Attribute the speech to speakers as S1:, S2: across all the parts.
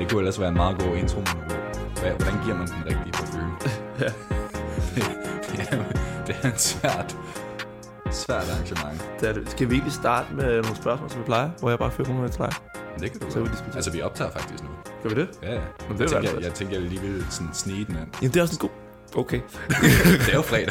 S1: Det kunne ellers være en meget god intro. Hvordan giver man den rigtige parfume?
S2: Ja.
S1: Det er en svært arrangement.
S2: Det er det. Skal vi egentlig starte med nogle spørgsmål, som vi plejer? Hvor jeg bare fører nogle til dig?
S1: Det kan du
S2: så
S1: godt. Altså, vi optager faktisk nu.
S2: Gør vi det?
S1: Ja.
S2: Men det
S1: Jeg tænker, jeg lige vil sådan snige den ind.
S2: Jamen, det er også en god... Okay.
S1: Det er jo fredag.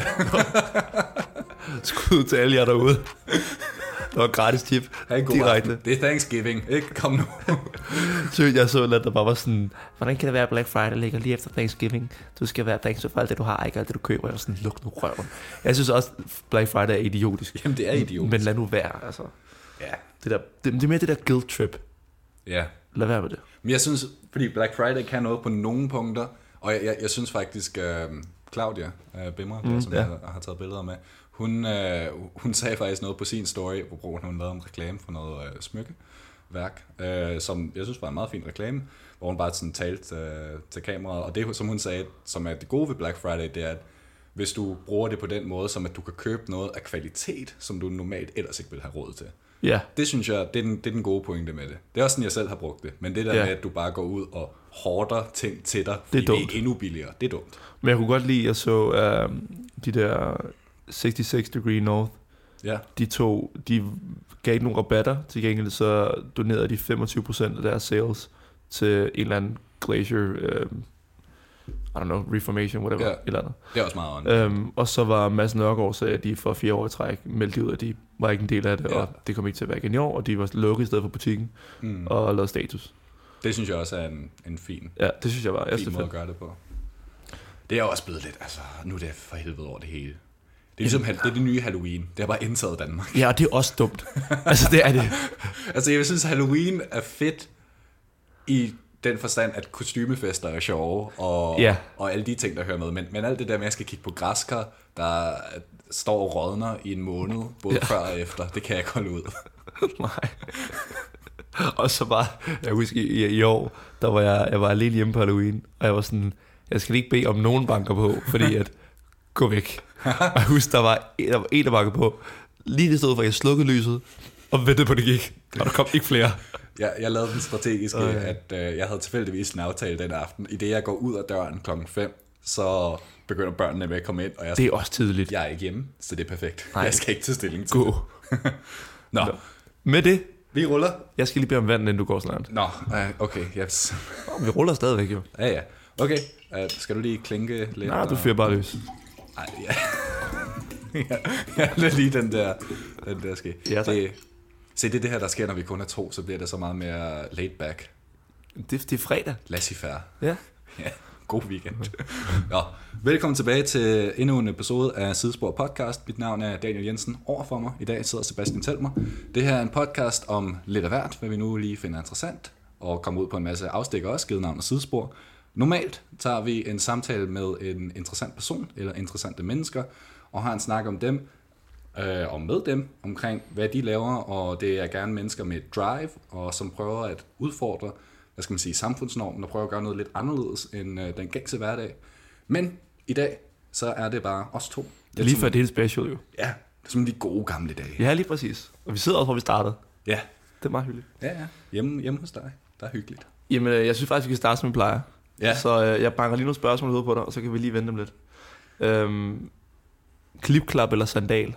S2: Skud til alle jer derude. Der var gratis tip.
S1: Direkte. Aften. Det er Thanksgiving. Ikke? Kom nu.
S2: Jeg så at der bare var sådan, hvordan kan det være, Black Friday ligger lige efter Thanksgiving? Du skal være thankful for alt det, du har, ikke alt det, du køber. Jeg var sådan, luk nu røven. Jeg synes også, Black Friday er idiotisk.
S1: Jamen, det er idiotisk.
S2: Men lad nu være, altså.
S1: Ja.
S2: Det er mere det der guilt trip.
S1: Ja.
S2: Lad være med det.
S1: Men jeg synes, fordi Black Friday kan noget på nogle punkter, og jeg synes faktisk, Claudia Bimmer, som jeg har taget billeder med, hun sagde faktisk noget på sin story, hvor hun lavede en reklame for noget smykkeværk, som jeg synes var en meget fin reklame, hvor hun bare sådan talte til kameraet, og det, som hun sagde, som er det gode ved Black Friday, det er, at hvis du bruger det på den måde, som at du kan købe noget af kvalitet, som du normalt ellers ikke vil have råd til.
S2: Ja.
S1: Det synes jeg, det er den gode pointe med det. Det er også sådan, jeg selv har brugt det. Men det der med, at du bare går ud og hoarder ting til dig, fordi det er endnu billigere, det er dumt.
S2: Men jeg kunne godt lide, at jeg så de der 66 Degree North. Ja. De gav nogle rabatter. Til gengæld så donerede de 25% af deres sales til en eller anden glacier, I don't know, reformation, whatever, eller andet.
S1: Det er også meget
S2: og så var Mads Nørgaard, så at de for 4 år i træk meldte ud, at de var ikke en del af det, og det kom ikke til at være igen i år, og de var lukket i stedet for butikken, og lavede status.
S1: Det synes jeg også er en fin,
S2: det synes jeg var
S1: fin måde at gøre det på. Det er også blevet lidt, altså nu er det for helvede over det hele. Det er ligesom, det er det nye Halloween. Det har bare indtaget Danmark.
S2: Ja, og det er også dumt. Altså, det er det.
S1: Altså, jeg synes, Halloween er fedt i den forstand, at kostymefester er sjove, og alle de ting, der hører med. Men alt det der med, at jeg skal kigge på græskar, der står og rådner i en måned, både før og efter, det kan jeg ikke holde ud.
S2: Nej. Og så bare, jeg husker i år, der var jeg var alene hjemme på Halloween, og jeg var sådan, jeg skal ikke bede om nogen banker på, fordi at, gå væk. Og jeg husker, der var en, der bankede på, lige det sted, hvor jeg slukkede lyset, og ventede på, det gik, og der kom ikke flere.
S1: Jeg lavede den strategiske, at jeg havde tilfældigvis en aftale den aften. I det jeg går ud af døren 5:00, så begynder børnene med at komme ind. Og
S2: det er også tidligt.
S1: Jeg er ikke hjemme, så det er perfekt.
S2: Nej.
S1: Jeg skal ikke tage stilling til det. Nå.
S2: Med det.
S1: Vi ruller.
S2: Jeg skal lige bede om vand, inden du går snart.
S1: Nå, okay. Yes.
S2: Vi ruller stadigvæk jo.
S1: Ja. Okay, skal du lige klinke lidt?
S2: Nej, du fyrer bare løs.
S1: Nej, jeg lader lige den der ske.
S2: Ja,
S1: Se, det her, der sker, når vi kun er 2, så bliver det så meget mere laid back.
S2: Det er fredag.
S1: Laissez-faire.
S2: Ja.
S1: Ja, god weekend. Nå, velkommen tilbage til endnu en episode af Sidespor Podcast. Mit navn er Daniel Jensen. Overfor mig i dag sidder Sebastian Telmer. Det her er en podcast om lidt af hvert, hvad vi nu lige finder interessant, og kommer ud på en masse afstikker også, givet navn og Sidespor. Normalt tager vi en samtale med en interessant person eller interessante mennesker, og har en snak om dem, og med dem, omkring hvad de laver, og det er gerne mennesker med drive, og som prøver at udfordre, samfundsnormen, og prøver at gøre noget lidt anderledes end den gængse hverdag. Men i dag, så er det bare os to.
S2: Det er lige for det hele special jo.
S1: Ja, det er som de gode gamle dage.
S2: Ja, lige præcis. Og vi sidder også, hvor vi startede.
S1: Ja.
S2: Det er meget hyggeligt.
S1: Ja. Hjemme hos dig. Der er hyggeligt.
S2: Jamen, jeg synes faktisk, vi kan starte, som vi plejer.
S1: Ja.
S2: Så jeg banker lige nogle spørgsmål ud på dig, og så kan vi lige vente dem lidt. Klipklap eller sandal?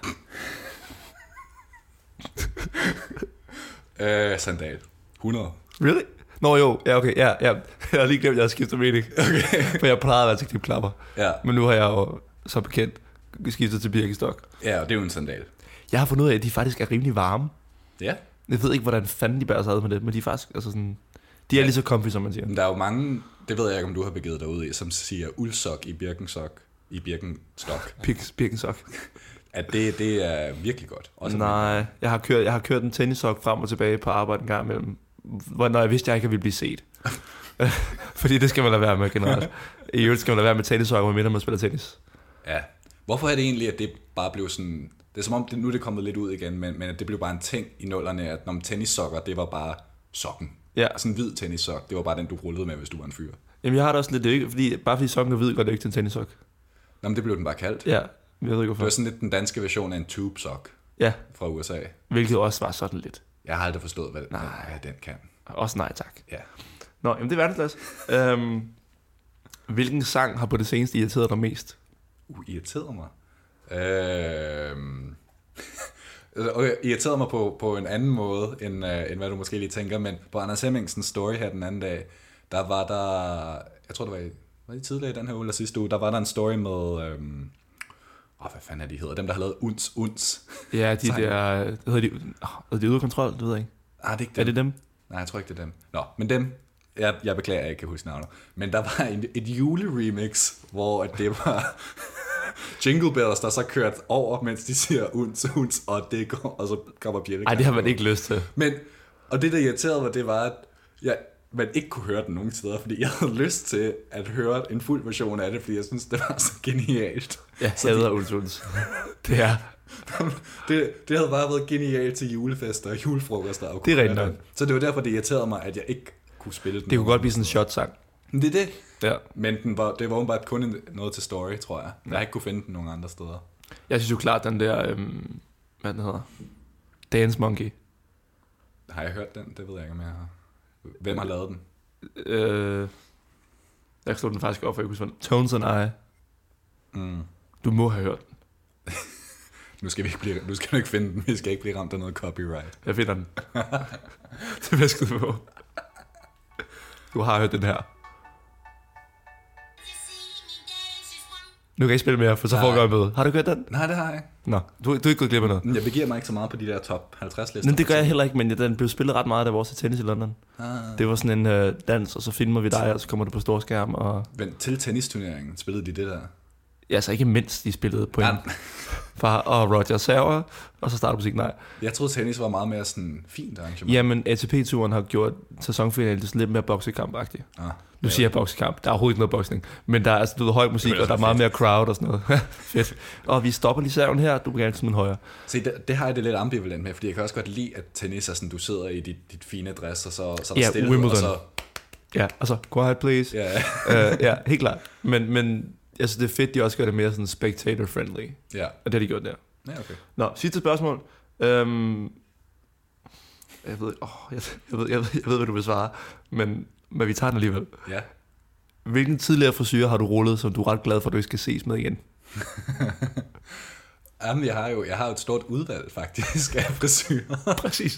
S1: Sandal. 100.
S2: Really? Nå jo, ja okay, ja. Jeg har lige glemt, at jeg har skiftet mening.
S1: Okay.
S2: For jeg plejede at være til klipklapper.
S1: Ja.
S2: Men nu har jeg jo, så bekendt, skiftet til Birkenstock.
S1: Ja, og det er jo en sandal.
S2: Jeg har fundet ud af, at de faktisk er rimelig varme.
S1: Ja.
S2: Jeg ved ikke, hvordan fanden de bærer sig ad med det, men de er faktisk, altså sådan, de er lige så comfy, som man siger.
S1: Men der er jo mange, det ved jeg ikke, om du har begivet dig ud i, som siger uldsok i Birkenstock.
S2: Birkenstock.
S1: At det er virkelig godt. Også
S2: nej, jeg har kørt en tennissok frem og tilbage på arbejde en gang imellem, når jeg vidste, at jeg ikke ville blive set. Fordi det skal man lade være med generelt. I øvrigt skal man lade være med tennissokker, medmindre man spiller tennis.
S1: Ja. Hvorfor er det egentlig, at det bare blev sådan... Det er som om, nu er det kommet lidt ud igen, men at det blev bare en ting i nullerne, at når tennissokker, det var bare sokken. Ja. Sådan en hvid tennissok, det var bare den, du rullede med, hvis du var en fyr.
S2: Jamen jeg har det også lidt, det er ikke, bare fordi sokken er hvid, går det ikke til en tennissok.
S1: Nå, men det blev den bare kaldt.
S2: Ja, jeg ved ikke hvorfor.
S1: Det var sådan lidt den danske version af en tube-sok.
S2: Ja.
S1: Fra USA.
S2: Hvilket også var sådan lidt.
S1: Jeg har aldrig forstået, hvad den kan.
S2: Også nej tak.
S1: Ja.
S2: Nå, jamen det er verdensklasse. Hvilken sang har på det seneste irriteret dig mest?
S1: Irriteret mig? Okay, irriterede mig på en anden måde, end hvad du måske lige tænker, men på Anders Hemmingsens story her den anden dag, der var der, jeg tror det var det tidligere i den her uge eller sidste uge, der var der en story med, hvad fanden er de hedder, dem der har lavet Uns.
S2: Ja, de der, hedder de ude af kontrol, det ved jeg ikke.
S1: Det er ikke dem.
S2: Er det dem?
S1: Nej, jeg tror ikke det er dem. Nå, men dem, jeg beklager, jeg ikke kan huske navnet, men der var et juleremix, hvor det var Jingle Bells, der så kørt over, mens de siger uns, og det går, og så kommer bjællekangen.
S2: Nej, det har man ikke lyst til.
S1: Men, og det der irriterede mig, det var, at man ikke kunne høre den nogen steder, fordi jeg havde lyst til at høre en fuld version af det, fordi jeg synes, det var så genialt.
S2: Jeg hader uns. Det er...
S1: det havde bare været genialt til julefester og julefrokoster.
S2: Det er rigtigt.
S1: Så det var derfor, det irriterede mig, at jeg ikke kunne spille den.
S2: Det kunne godt blive sådan en shot-sang.
S1: Det er det.
S2: Ja.
S1: Men det var åbenbart kun noget til story, tror jeg. Jeg har ikke kunne finde den nogen andre steder.
S2: Jeg synes jo klart, den der, hvad den hedder, Dance Monkey.
S1: Har jeg hørt den? Det ved jeg ikke, om jeg har. Hvem har lavet den?
S2: Jeg slog den faktisk op, for jeg kunne sige, Tones and I. Du må have hørt den.
S1: Nu skal du ikke finde den. Vi skal ikke blive ramt af noget copyright.
S2: Jeg finder den. Det vil jeg skyde på. Du har hørt den her. Nu kan jeg ikke spille mere, for så foregår jeg med. Har du hørt den?
S1: Nej, det har jeg ikke.
S2: Nå, du er ikke gået glip af noget.
S1: Jeg begiver mig ikke så meget på de der top 50 lister.
S2: Men det gør jeg heller ikke, men den blev spillet ret meget, da vi var til tennis i London. Det var sådan en dans, og så filmer vi dig, og så kommer du på storskærm. Og...
S1: Men til tennisturneringen spillede de det der?
S2: Ja, så ikke mindst de spillede på en far og Roger Sauer, og så starter musik, nej.
S1: Jeg troede, tennis var meget mere sådan fint arrangement.
S2: Jamen, ATP-turen har gjort sæsonfinalen til sådan lidt mere boksekamp-agtigt. Nu siger jeg boksekamp, der er overhovedet ikke noget boksning, men der er altså høj musik, og der er meget mere crowd og sådan noget. Fedt. Og vi stopper lige serven her, du vil gerne smide højre.
S1: Se, det har jeg det lidt ambivalent med, fordi jeg kan også godt lide, at tennis er sådan, du sidder i dit fine dress, og så er der stille,
S2: Wimbledon.
S1: og så...
S2: Ja, og så, quiet please. Ja, helt klart. Men jeg synes, det er fedt, de også gør det mere sådan spectator-friendly.
S1: Ja.
S2: Og det har de gjort der.
S1: Ja, okay.
S2: Nå, sidste spørgsmål. Jeg ved, hvad du vil svare, men vi tager den alligevel.
S1: Ja.
S2: Hvilken tidligere frisyr har du rullet, som du er ret glad for, at du ikke skal ses med igen?
S1: Jamen, jeg har jo et stort udvalg, faktisk, af frisyrer.
S2: Præcis.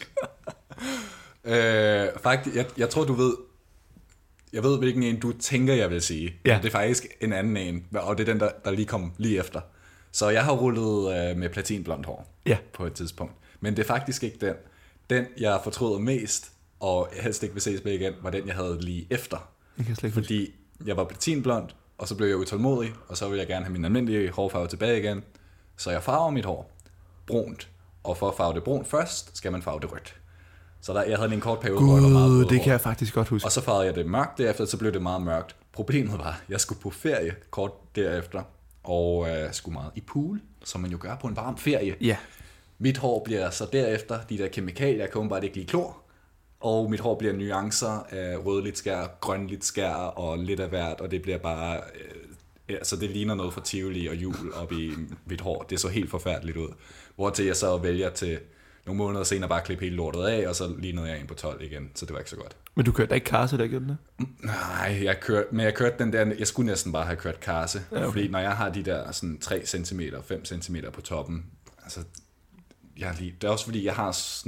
S1: Faktisk, jeg tror, du ved... Jeg ved, hvilken en du tænker, jeg vil sige.
S2: Ja.
S1: Det er faktisk en anden en, og det er den, der lige kom lige efter. Så jeg har rullet med platinblondt hår på et tidspunkt. Men det er faktisk ikke den. Den, jeg fortryder mest, og helst ikke vil ses med igen, var den, jeg havde lige efter. Fordi jeg var platinblond, og så blev jeg utålmodig, og så ville jeg gerne have min almindelige hårfarve tilbage igen. Så jeg farver mit hår brunt, og for at farve det brunt først, skal man farve det rødt. Så jeg havde en kort periode, hvor jeg var meget rød.
S2: Det kan jeg faktisk godt huske.
S1: Og så farvede jeg det mørkt derefter, så blev det meget mørkt. Problemet var, at jeg skulle på ferie kort derefter, og skulle meget i pool, som man jo gør på en varm ferie.
S2: Ja.
S1: Mit hår bliver så derefter, de der kemikalier kan bare ikke lide klor, og mit hår bliver nuancer af rødligt skær, grønligt skær og lidt af hvert, og det bliver bare... altså det ligner noget fra Tivoli og jul op i mit hår. Det så helt forfærdeligt ud. Hvortil jeg så vælger til nogle måneder senere bare klippe hele lortet af, og så lignede jeg ind på 12 igen, så det var ikke så godt.
S2: Men du kørte da ikke karse, der gjorde det?
S1: Nej, jeg kørte den der, jeg skulle næsten bare have kørt karse, fordi når jeg har de der sådan 3 cm, 5 cm på toppen, altså, det er også fordi, jeg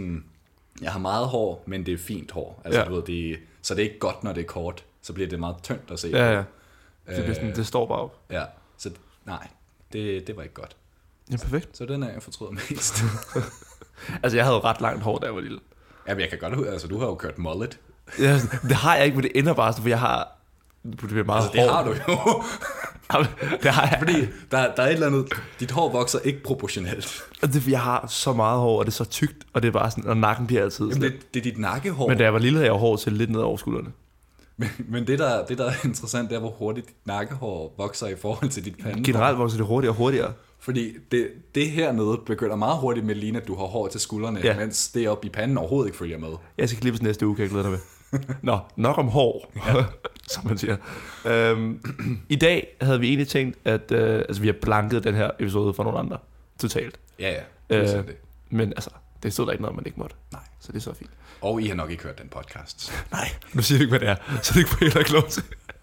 S1: har meget hår, men det er fint hår, altså du ved, så det er ikke godt, når det er kort, så bliver det meget tyndt at se.
S2: Ja. Det står bare op.
S1: Ja, så nej, det var ikke godt.
S2: Ja, perfekt.
S1: Så den er jeg fortryder mest.
S2: Altså, jeg havde ret langt hår, da jeg var lille.
S1: Jamen, jeg kan godt høre, altså du har jo kørt mullet.
S2: Ja, det har jeg ikke, men det ender bare, for jeg har... Det bliver meget
S1: altså, det har du jo.
S2: Det har jeg.
S1: Fordi der er et eller andet... Dit hår vokser ikke proportionelt.
S2: Jeg har så meget hår, og det er så tykt, og det er bare sådan, og nakken bliver altid sådan.
S1: Jamen, det er dit nakkehår.
S2: Men da jeg var lille, havde jeg hår til lidt ned over skuldrene.
S1: Men det, der er interessant, det er, hvor hurtigt dit nakkehår vokser i forhold til dit pandehår.
S2: Generelt vokser det hurtigere og hurtigere.
S1: Fordi det hernede begynder meget hurtigt med at ligne, at du har hår til skuldrene, mens det oppe i panden overhovedet ikke følger med. Jeg
S2: skal klippes næste uge, kan jeg glæde dig med. Nå, nok om hår, som man siger. I dag havde vi egentlig tænkt, at vi har blanket den her episode for nogle andre. Totalt.
S1: Ja.
S2: Men altså, Det stod der ikke noget, man ikke måtte.
S1: Nej.
S2: Så det er så fint.
S1: Og I har nok ikke hørt den podcast.
S2: Nej, nu siger du ikke, hvad det er, så det får jeg ikke lov til.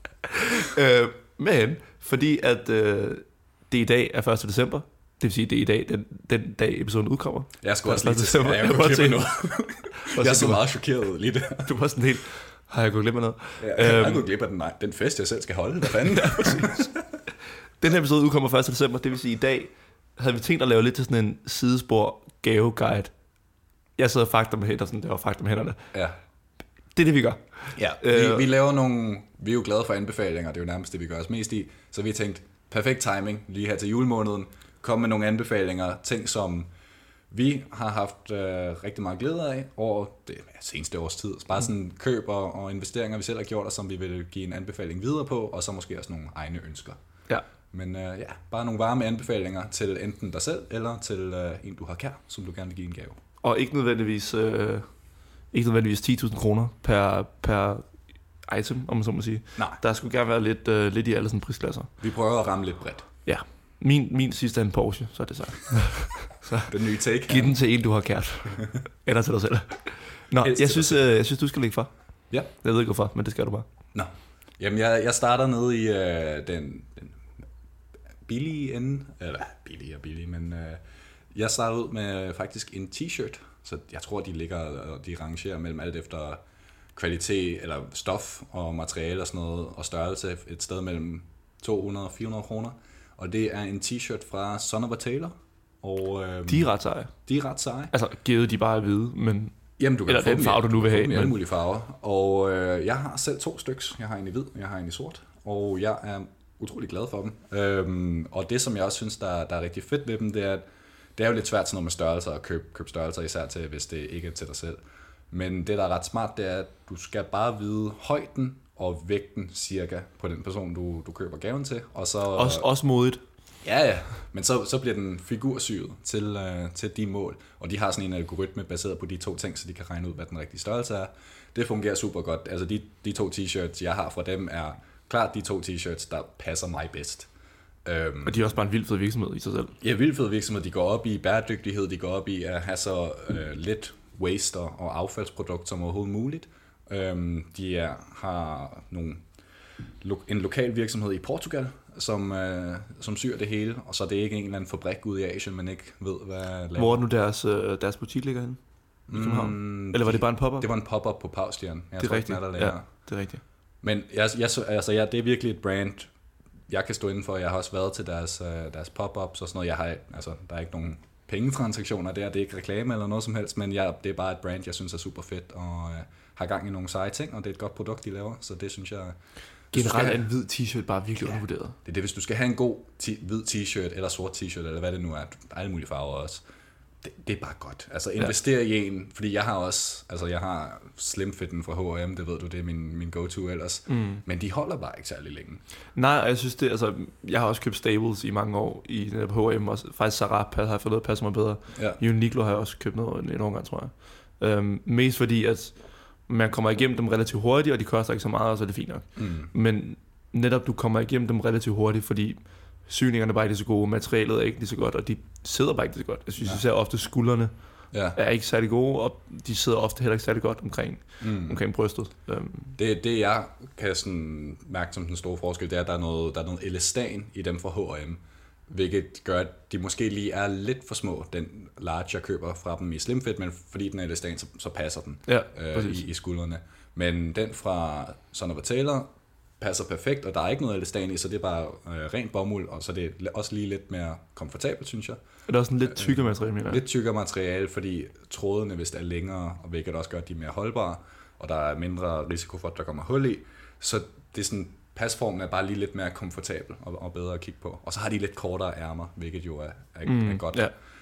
S2: Men, fordi at det i dag er 1. december, det vil sige, det er i dag, den dag episoden udkommer.
S1: Jeg skulle også lige til
S2: december.
S1: jeg kunne klippe noget. Jeg så meget chokeret ud lige der.
S2: Du var sådan helt, har jeg gået glip af noget?
S1: Jeg har gået glip af den fest, jeg selv skal holde. Hvad fanden?
S2: Den her episode udkommer 1. december, det vil sige, i dag havde vi tænkt at lave lidt til sådan en sidespor gaveguide. Jeg sidder og fakter med hænder, sådan, det var fakta med hænderne.
S1: Ja.
S2: Det er det, vi gør.
S1: Ja, vi laver nogle, vi er jo glade for anbefalinger, det er jo nærmest det, vi gør os mest i. Så vi har tænkt, perfekt timing, lige her til julemåneden, kom med nogle anbefalinger, ting som vi har haft rigtig meget glæde af over det seneste års tid. Bare sådan køber og investeringer, vi selv har gjort, og som vi vil give en anbefaling videre på, og så måske også nogle egne ønsker.
S2: Ja.
S1: Men bare nogle varme anbefalinger til enten dig selv, eller til en, du har kær, som du gerne vil give en gave.
S2: Og ikke nødvendigvis 10.000 kroner per item, om man så må sige.
S1: Nej.
S2: Der skulle gerne være lidt i alle sådan prisklasser.
S1: Vi prøver at ramme lidt bredt.
S2: Ja. Min sidste er en Porsche, så er det så.
S1: Den nye take.
S2: Giv den til en, du har kært. Eller til dig selv. Nå, jeg synes, du skal lægge for.
S1: Ja.
S2: Jeg ved ikke hvorfor, men det skal du bare.
S1: Nå. Jamen, jeg starter nede i den billige ende. Eller billig, men jeg starter ud med faktisk en t-shirt. Så jeg tror, de rangerer mellem alt efter kvalitet, eller stof og materiale og sådan noget, og størrelse et sted mellem 200 og 400 kroner. Og det er en t-shirt fra Son of a Tailor. Og,
S2: de er ret seje.
S1: De er ret seje.
S2: Altså, givet de bare er hvide, men...
S1: Jamen, du kan
S2: eller
S1: få
S2: den farve, du nu vil have.
S1: Med alle mulige farver. Og jeg har selv 2 stykker. Jeg har en i hvid, og jeg har en i sort. Og jeg er utrolig glad for dem. Og det, som jeg også synes, der er rigtig fedt ved dem, det er, at det er jo lidt svært sådan noget med størrelser, at købe størrelser, især til, hvis det ikke er til dig selv. Men det, der er ret smart, det er, at du skal bare vide højden og vægten cirka på den person, du køber gaven til. Og så,
S2: også modigt.
S1: Ja, men så bliver den figursyet til de mål. Og de har sådan en algoritme baseret på de 2 ting, så de kan regne ud, hvad den rigtige størrelse er. Det fungerer super godt. Altså de 2 t-shirts, jeg har fra dem, er klart de 2 t-shirts, der passer mig bedst.
S2: Og de er også bare en vildt fed virksomhed i sig selv.
S1: Ja, vildt fed virksomhed. De går op i bæredygtighed, de går op i at have så lidt waste og affaldsprodukt som overhovedet muligt. De har en lokal virksomhed i Portugal, som syr det hele, og så er det ikke en eller anden fabrik ude i Asien, man ikke ved, hvad...
S2: Hvor er nu deres butik ligger henne? Eller var det bare en pop-up?
S1: Det var en pop-up på Pausstjern.
S2: Det er rigtigt. Ja, det er rigtigt.
S1: Men det er virkelig et brand, jeg kan stå inden for. Jeg har også været til deres pop-ups og sådan noget. Der er ikke nogen pengetransaktioner der, det er ikke reklame eller noget som helst, men det er bare et brand, jeg synes er super fedt, og har gang i nogle seje ting, og det er et godt produkt, de laver, så det synes jeg...
S2: Generelt er en hvid t-shirt bare virkelig undervurderet.
S1: Det er det, hvis du skal have en god hvid t-shirt, eller sort t-shirt, eller hvad det nu er, alle mulige farver også, det er bare godt. Altså investere i en, fordi jeg har slimfitten fra H&M, det ved du, det er min go-to ellers, men de holder bare ikke særlig længe.
S2: Nej, jeg synes det, altså, jeg har også købt Stables i mange år i H&M, og faktisk Zara har jeg fået noget, passer mig bedre. Ja. Uniqlo har jeg også købt noget en årgang, tror jeg. Mest fordi, at man kommer igennem dem relativt hurtigt, og de koster ikke så meget, og så er det fint nok. Men netop du kommer igennem dem relativt hurtigt, fordi syningerne bare ikke er så gode, materialet er ikke lige så godt, og de sidder bare ikke lige så godt. Jeg synes især ofte skuldrene er ikke særlig gode, og de sidder ofte heller ikke særlig godt omkring brystet.
S1: Det jeg kan sådan mærke som den store forskel, det er, at der er noget elastan i dem fra H&M, hvilket gør, at de måske lige er lidt for små, den large, jeg køber fra dem i slimfit, men fordi den er elastan, så passer den i skuldrene. Men den fra Son of a Tailor passer perfekt, og der er ikke noget elastan i, så det er bare rent bomuld, og så det er også lige lidt mere komfortabelt, synes jeg.
S2: Og det er også en lidt tykkere materiale, mener jeg.
S1: Lidt tykkere materiale, fordi trådene, hvis det er længere, og hvilket også gør, at de er mere holdbare, og der er mindre risiko for, at der kommer hul i, så det er sådan, pasformen er bare lige lidt mere komfortabel og bedre at kigge på. Og så har de lidt kortere ærmer, hvilket jo er godt.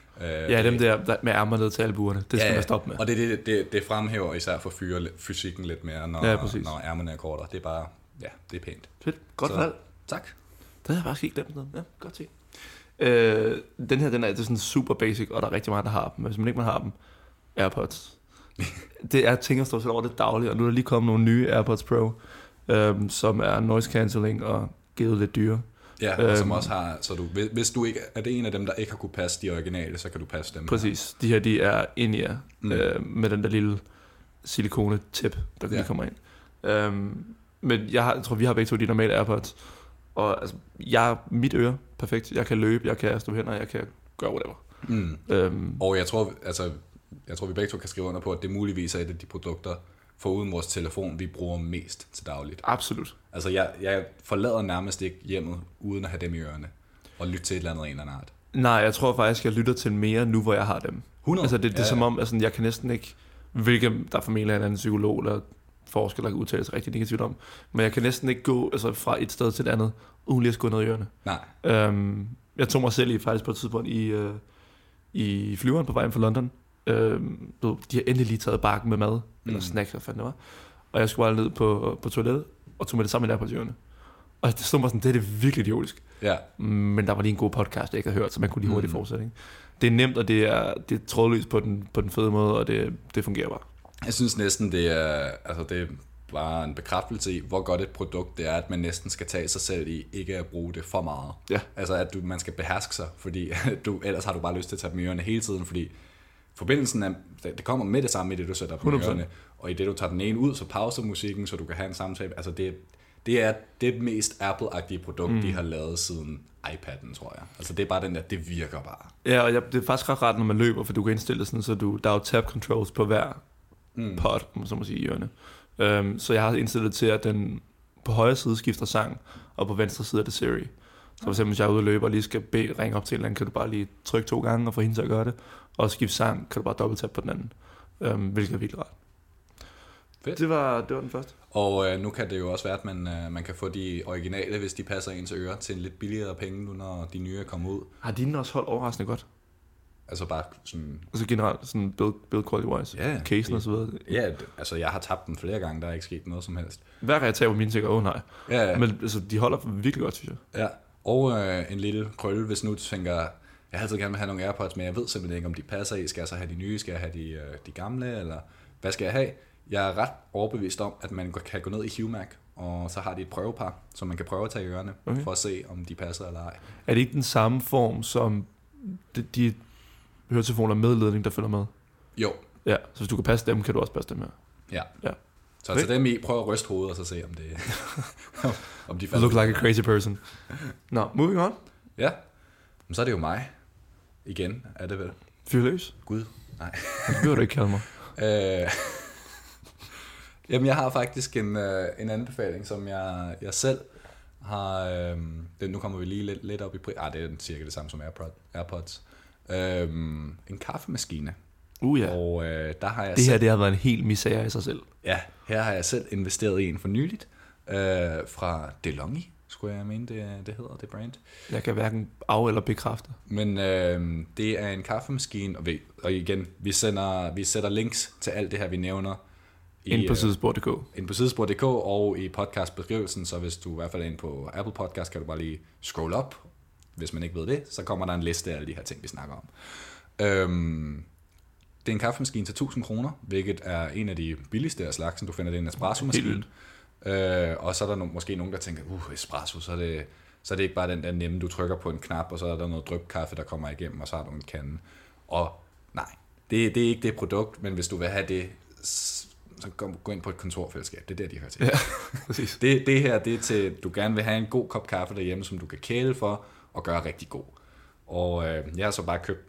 S2: Ja, dem der med ærmer ned til albuerne, det skal man stoppe med.
S1: Og det fremhæver især for fysikken lidt mere, når ærmerne er kortere. Det er bare, det er pænt.
S2: Fedt, godt valg.
S1: Tak.
S2: Det har jeg faktisk ikke glemt noget. Ja, godt set. Den her, det er sådan super basic, og der er rigtig mange, der har dem. Hvis man ikke har dem, AirPods. Det er ting, at stå selv over det daglige, og nu er der lige kommet nogle nye AirPods Pro, som er noise cancelling og givet lidt dyre.
S1: Ja, og som også har, så hvis du ikke er det en af dem, der ikke har kunne passe de originale, så kan du passe dem.
S2: Præcis. De her, de er in-ear, med den der lille silikone-tip, der lige kommer ind. Men jeg tror, vi har begge to de normale AirPods. Og altså, mit øre, perfekt. Jeg kan løbe, jeg kan stå hen, og jeg kan gøre whatever.
S1: Og jeg tror, vi begge to kan skrive under på, at det muligvis er et af de produkter, foruden vores telefon, vi bruger mest til dagligt.
S2: Absolut.
S1: Altså, jeg forlader nærmest ikke hjemmet, uden at have dem i ørerne, og lytte til et eller andet art.
S2: Nej, jeg tror faktisk, jeg lytter til mere nu, hvor jeg har dem.
S1: 100?
S2: Altså, det er som om, altså, jeg kan næsten ikke, hvilket der formentlig er en anden psykolog, eller forsker, der kan udtale sig rigtig negativt om, men jeg kan næsten ikke gå fra et sted til et andet, uden lige at skåre ned i ørerne.
S1: Nej.
S2: Jeg tog mig selv faktisk på et tidspunkt i flyveren på vejen fra London. De har endelig lige taget bakken med mad, eller snacks, hvad fanden det var. Og jeg skulle bare ned på toilettet, og tog med det sammen der på ørerne. Og det stod mig sådan, det er virkelig idiotisk.
S1: Ja.
S2: Men der var lige en god podcast, jeg ikke havde hørt, så man kunne lige hurtigt fortsætte. Ikke? Det er nemt, og det er trådløst på den fede måde, og det fungerer bare.
S1: Jeg synes næsten, det er bare en bekræftelse i, hvor godt et produkt det er, at man næsten skal tage sig selv i ikke at bruge det for meget.
S2: Ja.
S1: Altså, at man skal beherske sig, fordi ellers har du bare lyst til at tage dem i ørerne hele tiden, fordi forbindelsen det kommer med det samme i det, du sætter på ørerne, og i det, du tager den ene ud, så pauser musikken, så du kan have en samtale. Altså, det er det mest Apple-agtige produkt, de har lavet siden iPad'en, tror jeg. Altså, det er bare den der, det virker bare.
S2: Ja, og det er faktisk ret når man løber, for du kan indstille sådan, så der er jo tab controls på hver pod, så må sige, i ørerne. Så jeg har indstillet til, at den på højre side skifter sang, og på venstre side er det Siri. Så for eksempel, hvis jeg er ude og løber og lige skal ringe op til en eller anden, kan du bare lige trykke 2 gange og få hende til at gøre det. Og skifte sang, kan du bare dobbelttappe på den anden. Hvilket er vildt rart.
S1: Fedt.
S2: Det var den første.
S1: Og nu kan det jo også være, at man kan få de originale, hvis de passer ens ører, til en lidt billigere penge nu, når de nye er kommet ud.
S2: Har dine også holdt overraskende godt?
S1: Altså bare sådan...
S2: Altså generelt, sådan build quality-wise?
S1: Ja.
S2: Casen og så videre?
S1: Ja, altså jeg har tabt den flere gange, der er ikke sket noget som helst.
S2: Hver gang jeg taber mine, tænker nej.
S1: Ja.
S2: Men altså, de holder virkelig godt, synes jeg.
S1: Ja, og en lille krølle, hvis nu du tænker, jeg har altid gerne vil have nogle AirPods, men jeg ved simpelthen ikke, om de passer i. Skal jeg så have de nye? Skal jeg have de gamle? Eller hvad skal jeg have? Jeg er ret overbevist om, at man kan gå ned i HUMAC, og så har de et prøvepar, som man kan prøve at tage i ørerne, for at se, om de passer eller ej.
S2: Er det ikke den samme form, som de høretelefoner med ledning, der følger med?
S1: Jo.
S2: Ja, så hvis du kan passe dem, kan du også passe dem her.
S1: Ja. Så til dem prøv at ryste hovedet, og så se, om det om de
S2: falder. You look like a crazy person. Nå, moving on.
S1: Ja, men så er det jo mig. Igen, er det vel?
S2: Fyr løs.
S1: Gud, nej.
S2: Det behøver du ikke kalde mig.
S1: Jamen, jeg har faktisk en anbefaling, som jeg selv har... nu kommer vi lige lidt op i pris. Det er cirka det samme som AirPods. En kaffemaskine.
S2: Ja.
S1: Og der har jeg
S2: det har været en helt misære i sig selv.
S1: Ja, her har jeg selv investeret i en for nyligt. Fra DeLonghi, skulle jeg mene, det hedder, det brand.
S2: Jeg kan hverken af- eller bekræfte.
S1: Men det er en kaffemaskine, og igen, vi sætter links til alt det her, vi nævner.
S2: Ind på sidespor.dk.
S1: Ind på sidespor.dk og i podcastbeskrivelsen, så hvis du i hvert fald er inde på Apple Podcast, kan du bare lige scroll op. Hvis man ikke ved det, så kommer der en liste af alle de her ting, vi snakker om. Det er en kaffemaskine til 1000 kroner, hvilket er en af de billigste af slagsen. Du finder det en espresso-maskine. Og så er der måske nogen, der tænker, espresso, så er det ikke bare den der nemme, du trykker på en knap, og så er der noget drypkaffe, der kommer igennem, og så har du en kande. Og nej, det er ikke det produkt, men hvis du vil have det, så gå ind på et kontorfællesskab. Det er der, de hører til. Ja, præcis. Det her, det er til, du gerne vil have en god kop kaffe derhjemme, som du kan kæle for, og gøre rigtig god. Og jeg har så bare købt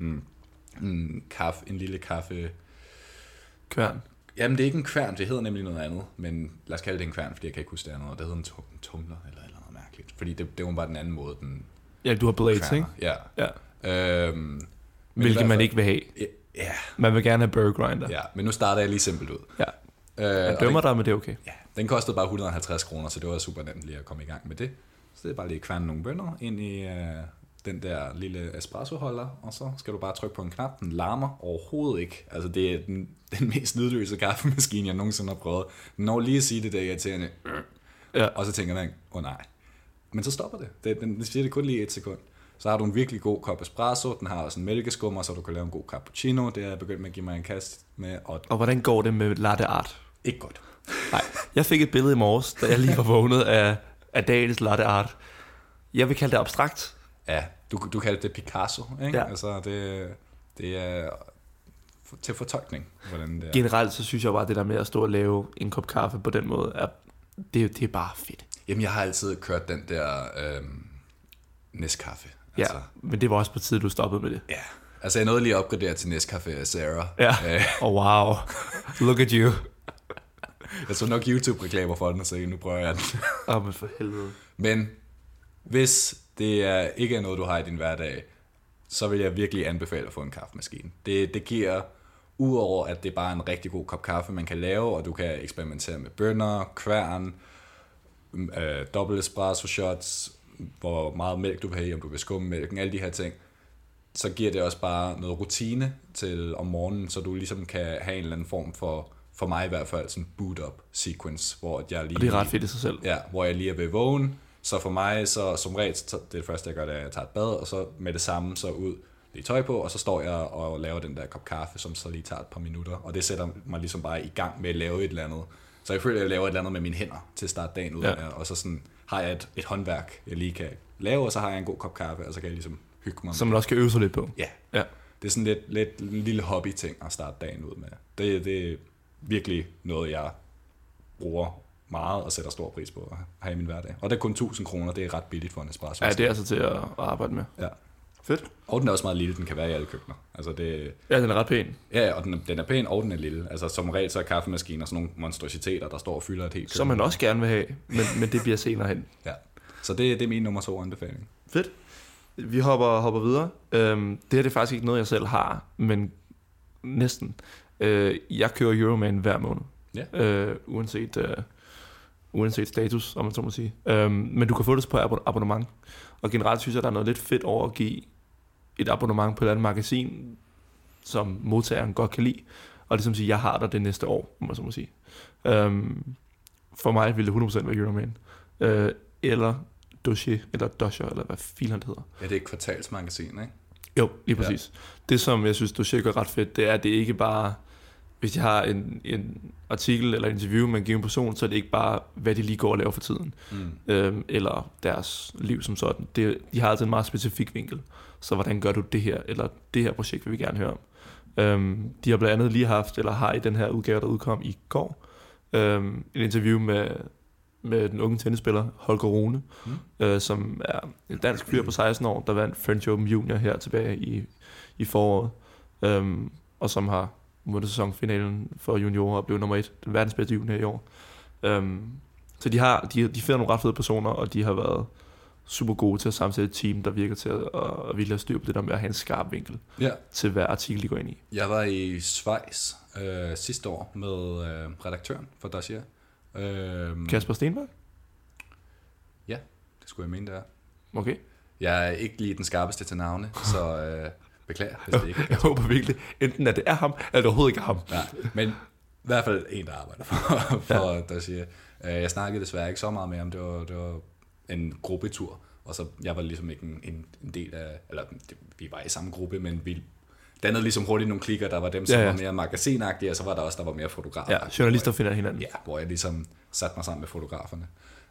S1: en lille kaffe...
S2: Kværn.
S1: Jamen, det er ikke en kværn, det hedder nemlig noget andet, men lad os kalde det en kværn, fordi jeg kan ikke huske det andet, og det hedder en tumler, eller noget mærkeligt, fordi det var bare den anden måde, den...
S2: Ja, du har blades, kværner. Ikke?
S1: Ja.
S2: Hvilket man ikke vil have.
S1: Ja.
S2: Man vil gerne have burr grinder.
S1: Ja, men nu starter jeg lige simpelt ud.
S2: Ja. Jeg dømmer dig, men det er okay.
S1: Ja, den kostede bare 150 kroner, så det var super nemt lige at komme i gang med det. Så det er bare lige at kværne nogle bønner ind i den der lille espressoholder, og så skal du bare trykke på en knap. Den larmer overhovedet ikke. Altså, det er den mest lydløse kaffemaskine, jeg nogensinde har prøvet. Den når lige at sige det der irriterende, og så tænker man, nej. Men så stopper det. Den siger det kun lige 1 sekund. Så har du en virkelig god kop espresso, den har også en mælkeskummer, så du kan lave en god cappuccino. Det er jeg begyndt med at give mig en kast med.
S2: Og hvordan går det med latte art?
S1: Ikke godt.
S2: Nej, jeg fik et billede i morges, da jeg lige var vågnet af dagens latte art. Jeg vil kalde det abstrakt.
S1: Ja, du kalder det Picasso, ikke?
S2: Ja.
S1: Altså, det er til fortolkning, hvordan det er.
S2: Generelt så synes jeg bare, at det der med at stå og lave en kop kaffe på den måde, det er bare fedt.
S1: Jamen, jeg har altid kørt den der Nescafé.
S2: Ja, men det var også på tide, du stoppede med det.
S1: Ja, altså jeg nåede lige at opgradere til Nescafé Sarah.
S2: Ja, wow, look at you.
S1: Jeg så nok YouTube-reklamer for den, så nu prøver jeg den.
S2: Men for helvede.
S1: Men hvis det ikke er noget, du har i din hverdag, så vil jeg virkelig anbefale at få en kaffemaskine. Det giver, udover at det er bare en rigtig god kop kaffe, man kan lave, og du kan eksperimentere med bønner, kværn, dobbelt espresso shots, hvor meget mælk du vil have, om du vil skumme mælken, alle de her ting, så giver det også bare noget rutine til om morgenen, så du ligesom kan have en eller anden form for mig i hvert fald, sådan boot-up sequence, hvor jeg lige...
S2: Og det er ret fedt i sig selv.
S1: Ja, hvor jeg lige er ved vågen, så for mig, så som regel, det første jeg gør, det er, at jeg tager et bad, og så med det samme, så ud lige tøj på, og så står jeg og laver den der kop kaffe, som så lige tager et par minutter, og det sætter mig ligesom bare i gang med at lave et eller andet. Så jeg føler, at jeg laver et eller andet med mine hænder til at starte dagen ud af, og så sådan har jeg et håndværk, jeg lige kan lave, og så har jeg en god kop kaffe, og så kan jeg ligesom hygge mig.
S2: Som man også kan øve sig lidt på.
S1: Ja. Det er sådan lidt en lille hobby-ting at starte dagen ud med. Det er virkelig noget, jeg bruger meget og sætter stor pris på at have i min hverdag. Og det er kun 1000 kroner, det er ret billigt for en espresso.
S2: Ja, det er altså til at arbejde med.
S1: Ja.
S2: Fedt.
S1: Og den er også meget lille, den kan være i alle køkkener. Altså
S2: ja, den er ret pæn.
S1: Ja, og den er pæn, og den er lille. Altså som regel så er kaffemaskiner sådan nogle monstrositeter, der står og fylder et helt køkken.
S2: Som man også gerne vil have, men det bliver senere hen.
S1: Ja, så det er min nummer 2 anbefaling.
S2: Fedt. Vi hopper videre. Det her det er faktisk ikke noget, jeg selv har, men næsten. Jeg kører Euroman hver måned.
S1: Ja.
S2: Uanset status, om man så må sige. Men du kan få det på abonnement. Og generelt synes jeg, der er noget lidt fedt over at give et abonnement på et andet magasin, som modtageren godt kan lide. Og ligesom sige, jeg har dig det næste år, om man så må sige. For mig ville det 100% være Euroman. Eller Dossier, eller Dosher, eller hvad filen det hedder.
S1: Ja, det er et kvartalsmagasin, ikke?
S2: Jo, lige præcis. Ja. Det, som jeg synes, Dossier gør ret fedt, det er, at det ikke bare... Hvis jeg har en artikel eller interview med en given person, så er det ikke bare, hvad de lige går og laver for tiden. Eller deres liv som sådan. De har altid en meget specifik vinkel. Så hvordan gør du det her, eller det her projekt vil vi gerne høre om. De har blandt andet lige haft, eller har i den her udgave, der udkom i går, et interview med den unge tennisspiller Holger Rune, som er en dansk fyr på 16 år, der vandt French Open Junior her tilbage i foråret, og som har vundet sæsonfinalen for juniorer og blev nummer 1, den verdens bedste junior i år. Så de finder nogle ret fede personer, og de har været super gode til at sammensætte et team, der virker til at virkelig have styr på det der med at have en skarp vinkel til hver artikel, de går ind i.
S1: Jeg var i Schweiz sidste år med redaktøren for Dossier.
S2: Kasper Stenberg?
S1: Ja, det skulle jeg mene, det er.
S2: Okay.
S1: Jeg er ikke lige den skarpeste til navne, så beklager, hvis det ikke er.
S2: Jeg håber virkelig, enten at det er ham, eller det overhovedet ikke er ham.
S1: Ja, men i hvert fald en, der arbejder for Dossier. Jeg snakkede desværre ikke så meget med ham, det var en gruppetur, og så jeg var ligesom ikke en del af, eller vi var i samme gruppe, men vi dannede ligesom hurtigt nogle klikker, der var dem, som var mere magasinagtige, og så var der også, der var mere fotografer.
S2: Ja, journalister finder hinanden.
S1: Ja, hvor jeg ligesom satte mig sammen med fotograferne.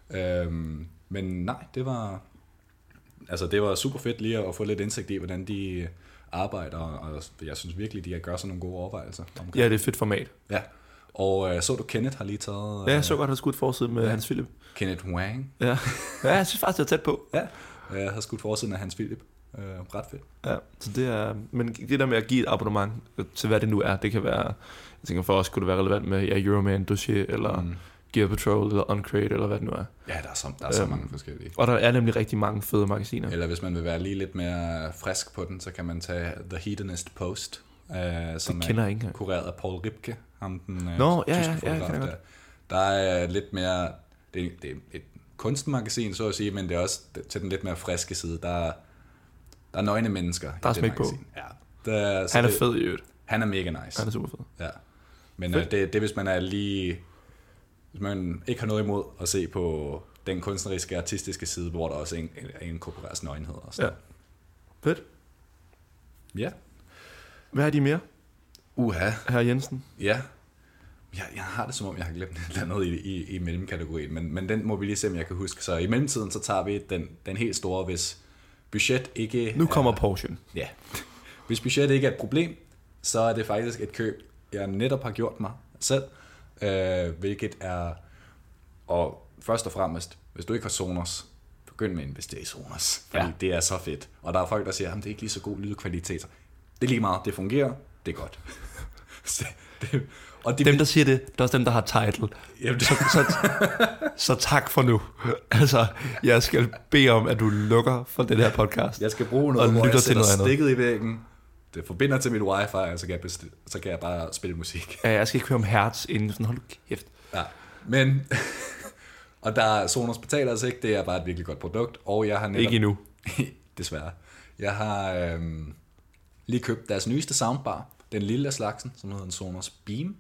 S1: Men nej, det var super fedt lige at få lidt indsigt i, hvordan de arbejder, og jeg synes virkelig, de gør sådan nogle gode overvejelser.
S2: Ja, det er et fedt format.
S1: Ja, og så du Kenneth har lige taget...
S2: Ja, jeg så godt, har skudt forsiden med Hans Philip.
S1: Kenneth Wang.
S2: Ja, jeg synes faktisk, jeg er tæt på.
S1: Ja, jeg har skudt forsiden af Hans Philip. Ret fedt.
S2: Ja, så det er... Men det der med at give et abonnement til hvad det nu er, det kan være... Jeg tænker, for os kunne det være relevant med Euroman, Dossier, eller Gear Patrol, eller Uncrate, eller hvad det nu er.
S1: Ja, der er så mange forskellige.
S2: Og der er nemlig rigtig mange fede magasiner.
S1: Eller hvis man vil være lige lidt mere frisk på den, så kan man tage The Hedonist Post, som er kureret af Paul Ripke, ham den tyske fotograf. Der er lidt mere... Det er et kunstmagasin, så at sige, men det er også til den lidt mere friske side. Der er nøgne mennesker.
S2: Der er smæk på.
S1: Ja.
S2: Han er fed i øvrigt.
S1: Han er mega nice.
S2: Han er super fed.
S1: Ja. Men det hvis man er lige... Hvis man ikke har noget imod at se på den kunstneriske, artistiske side, hvor der også inkorporeres nøgenhed og sådan.
S2: Ja. Fedt.
S1: Ja.
S2: Hvad er de mere?
S1: Uha.
S2: Herr Jensen.
S1: Ja. Jeg har det som om, jeg har glemt et eller andet i mellemkategorien, men den må vi lige se, om jeg kan huske. Så i mellemtiden, så tager vi den helt store, hvis budget ikke...
S2: Nu kommer Porsche.
S1: Ja. Hvis budget ikke er et problem, så er det faktisk et køb, jeg netop har gjort mig selv, hvilket er... Og først og fremmest, hvis du ikke har Sonos, begynd med at investere i Sonos, fordi det er så fedt. Og der er folk, der siger, at det er ikke lige så god lydkvalitet. Det er lige meget, det fungerer, det er godt. Og
S2: dem, der siger det, det er også dem, der har title.
S1: Jamen,
S2: så tak for nu. Altså, jeg skal bede om, at du lukker for den her podcast.
S1: Jeg skal bruge noget, hvor jeg sætter stikket i væggen. Det forbinder til mit wifi, og så kan jeg bare spille musik.
S2: Ja, jeg skal ikke høre om hertz inden, sådan hold kæft.
S1: Ja, men... Og der Sonos betaler altså ikke, det er bare et virkelig godt produkt. Og jeg har netop...
S2: Ikke endnu.
S1: Desværre. Jeg har lige købt deres nyeste soundbar. Den lille af slagsen, som hedder en Sonos Beam.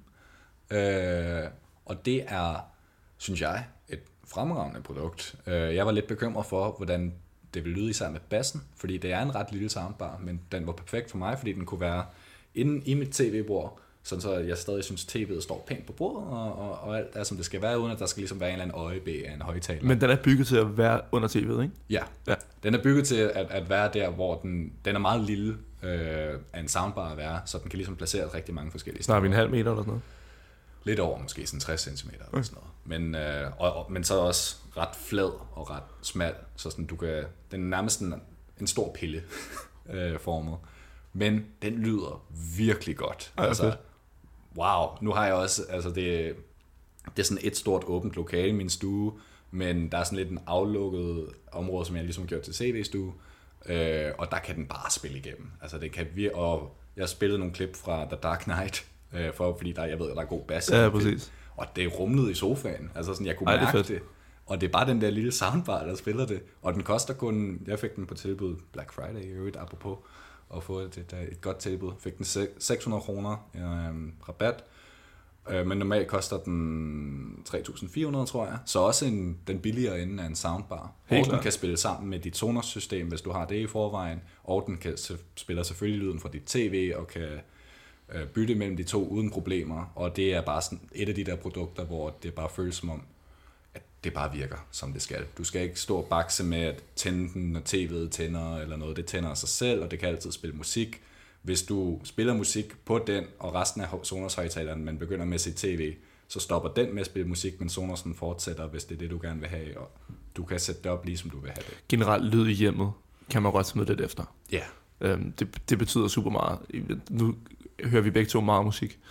S1: Og det er, synes jeg, et fremragende produkt. Jeg var lidt bekymret for, hvordan det ville lyde især med bassen, fordi det er en ret lille soundbar, men den var perfekt for mig, fordi den kunne være inde i mit tv-bord, sådan så jeg stadig synes, tv'et står pænt på bordet, og alt er, som det skal være, uden at der skal ligesom være en eller anden øjebæ af en højtaler.
S2: Men den er bygget til at være under tv'et, ikke?
S1: Ja. Den er bygget til at være der, hvor den er meget lille af en soundbar at være, så den kan ligesom placere rigtig mange forskellige steder.
S2: Snakker vi 1,5 meter eller sådan noget?
S1: Lidt over, måske sådan 60 cm eller sådan noget. Men så også ret flad og ret smal, så sådan, den er nærmest en stor pille formet. Men den lyder virkelig godt. Altså, wow, nu har jeg også, altså det er sådan et stort åbent lokale i min stue, men der er sådan lidt en aflukket område, som jeg ligesom har gjort til CD-stue, og der kan den bare spille igennem. Altså det kan og jeg har spillet nogle klip fra The Dark Knight, fordi jeg ved, at der er god bass.
S2: Ja, præcis.
S1: Og det rumlede i sofaen, altså sådan, jeg kunne mærke det. Og det er bare den der lille soundbar, der spiller det. Og den koster kun, jeg fik den på tilbud Black Friday, i øvrigt, apropos, og få et godt tilbud. Fik den 600 kroner rabat, men normalt koster den 3.400, tror jeg. Så også den billigere ende af en soundbar. Og den kan spille sammen med dit Sonos-system, hvis du har det i forvejen. Og den spiller selvfølgelig lyden fra dit tv, og kan bytte mellem de to uden problemer. Og det er bare sådan et af de der produkter, hvor det bare føles som om, at det bare virker, som det skal. Du skal ikke stå og bakse med at tænde den, når tv'et tænder eller noget. Det tænder af sig selv, og det kan altid spille musik. Hvis du spiller musik på den, og resten af Sonos-højtaleren, man begynder med sit tv, så stopper den med at spille musik, men Sonosen fortsætter, hvis det er det, du gerne vil have, og du kan sætte det op, ligesom du vil have det.
S2: Generelt lyd i hjemmet kan man godt smide lidt efter.
S1: Ja.
S2: Det betyder super meget. Nu hører vi begge to meget musik,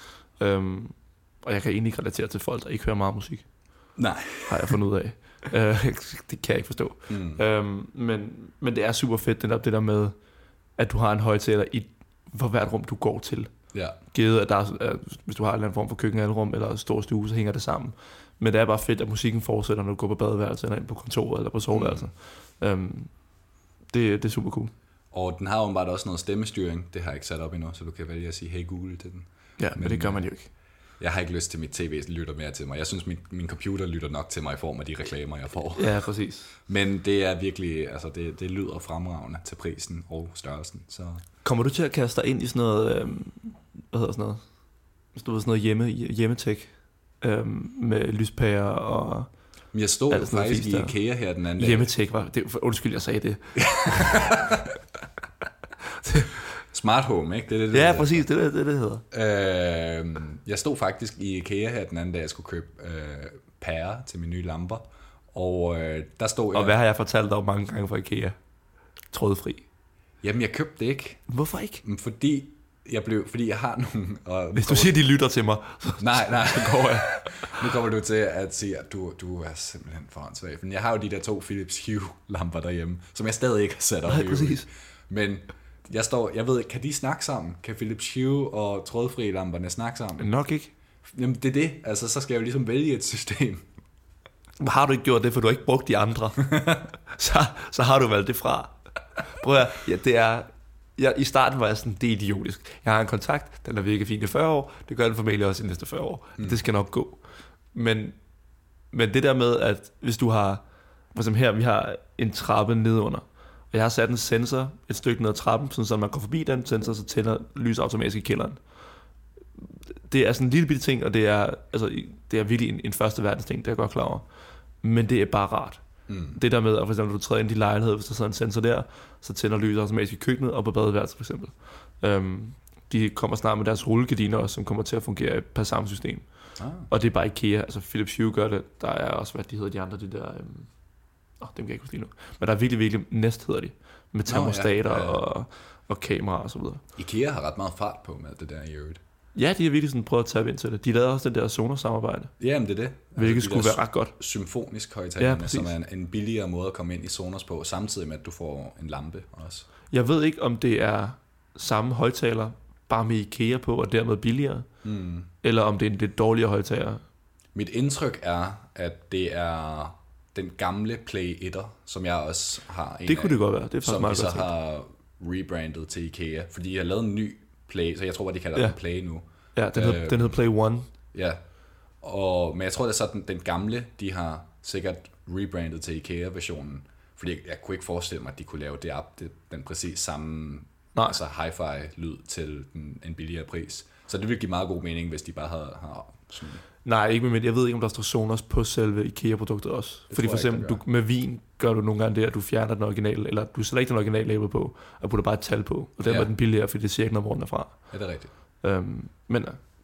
S2: og jeg kan egentlig ikke relatere til folk, der ikke hører meget musik.
S1: Nej.
S2: Har jeg fundet ud af. Det kan jeg ikke forstå. Men det er super fedt, det der med, at du har en højtaler for hvert rum, du går til.
S1: Ja.
S2: Givet, at hvis du har en eller anden form for køkkenalrum eller en stor stue, så hænger det sammen. Men det er bare fedt, at musikken fortsætter, når du går på badeværelset, eller ind på kontoret, eller på soveværelset. Det er super cool.
S1: Og den har jo bare også noget stemmestyring. Det har jeg ikke sat op endnu, så du kan vælge at sige, hey Google til den.
S2: Ja, men det gør man jo ikke.
S1: Jeg har ikke lyst til, at mit tv lytter mere til mig. Jeg synes, min computer lytter nok til mig i form af de reklamer, jeg får.
S2: Ja, præcis.
S1: Men det er virkelig, altså det lyder fremragende til prisen og størrelsen. Så.
S2: Kommer du til at kaste dig ind i sådan noget, hvad hedder sådan noget? Hvis du ved sådan noget hjemmetech, med lyspærer og...
S1: Men jeg stod faktisk i IKEA her den anden dag.
S2: Hjemmetech var det. Undskyld, jeg sagde det.
S1: Smart home, ikke? Det
S2: ja, præcis, det hedder.
S1: Jeg stod faktisk i IKEA her den anden dag, jeg skulle købe pærer til mine nye lamper. Og der stod
S2: Og hvad har jeg fortalt dig mange gange fra IKEA? Trådfri.
S1: Jamen, jeg købte det ikke.
S2: Hvorfor ikke?
S1: Fordi jeg har nogle...
S2: Hvis du siger, de lytter til mig, så
S1: nej.
S2: Så går jeg.
S1: Nu kommer du til at sige, at du er simpelthen for håndsvag. Men jeg har jo de der 2 Philips Hue-lamper derhjemme, som jeg stadig ikke har sat op.
S2: Nej, præcis.
S1: Men jeg ved, kan de snakke sammen? Kan Philips Hue og trådfri lamperne snakke sammen?
S2: Nok ikke.
S1: Jamen, det er det. Altså, så skal jeg jo ligesom vælge et system.
S2: Har du ikke gjort det, for du har ikke brugt de andre? så har du valgt det fra. Prøv at det er... I starten var jeg sådan, det er idiotisk. Jeg har en kontakt, den har virket fint i 40 år. Det gør den formentlig også i de næste 40 år. Det skal nok gå. Men det der med, at hvis du har... For eksempel her, vi har en trappe nedunder. Og jeg har sat en sensor et stykke ned ad trappen, så når man går forbi den sensor, så tænder lys automatisk i kælderen. det er sådan en lille bitte ting, og det er virkelig en første verdens ting, det er jeg godt klar over. Men det er bare rart. Det der med, at for eksempel, du træder ind i lejlighed, hvis der sidder en sensor der, så tænder lyset automatisk i køkkenet og på badeværelset for eksempel. De kommer snart med deres rullegardiner også, som kommer til at fungere per samme system. Og det er bare IKEA, altså Philips Hue gør det. Der er også, hvad de hedder, de andre, de der... dem kan jeg ikke huske lige nu. Men der er virkelig, virkelig Nest hedder de. Med termostater og kameraer og så videre.
S1: IKEA har ret meget fart på med det der i øvrigt.
S2: Ja, de har virkelig sådan prøvet at tabe ind til det. De lavede også den der Sonos-samarbejde.
S1: Jamen, det er det.
S2: Hvilket skulle være ret godt.
S1: Symfonisk højtalerne, som er en billigere måde at komme ind i Sonos på, samtidig med, at du får en lampe også.
S2: Jeg ved ikke, om det er samme højtaler, bare med IKEA på, og dermed billigere. Eller om det er en lidt dårligere højtaler.
S1: Mit indtryk er, at det er den gamle Play 1'er, som jeg også har en
S2: det kunne det godt være. Det er
S1: som vi så har rebrandet til IKEA. Fordi jeg har lavet en ny Play, så jeg tror bare, de kalder den Play nu.
S2: Ja, den hedder Play 1.
S1: Ja, men jeg tror, det er så den gamle, de har sikkert rebrandet til IKEA-versionen. Fordi jeg kunne ikke forestille mig, at de kunne lave den præcis samme altså hi-fi-lyd til en billigere pris. Så det ville give meget god mening, hvis de bare har sådan...
S2: Nej, ikke med. Jeg ved ikke, om der står Sonos på selve IKEA-produktet også. Fordi for eksempel, med vin gør du nogle gange det, at du fjerner den originale, eller du sætter ikke den originale label på, og putter bare et tal på. Og den er den billigere, fordi det siger ikke noget, hvor den er fra.
S1: Ja, det er rigtigt.
S2: Men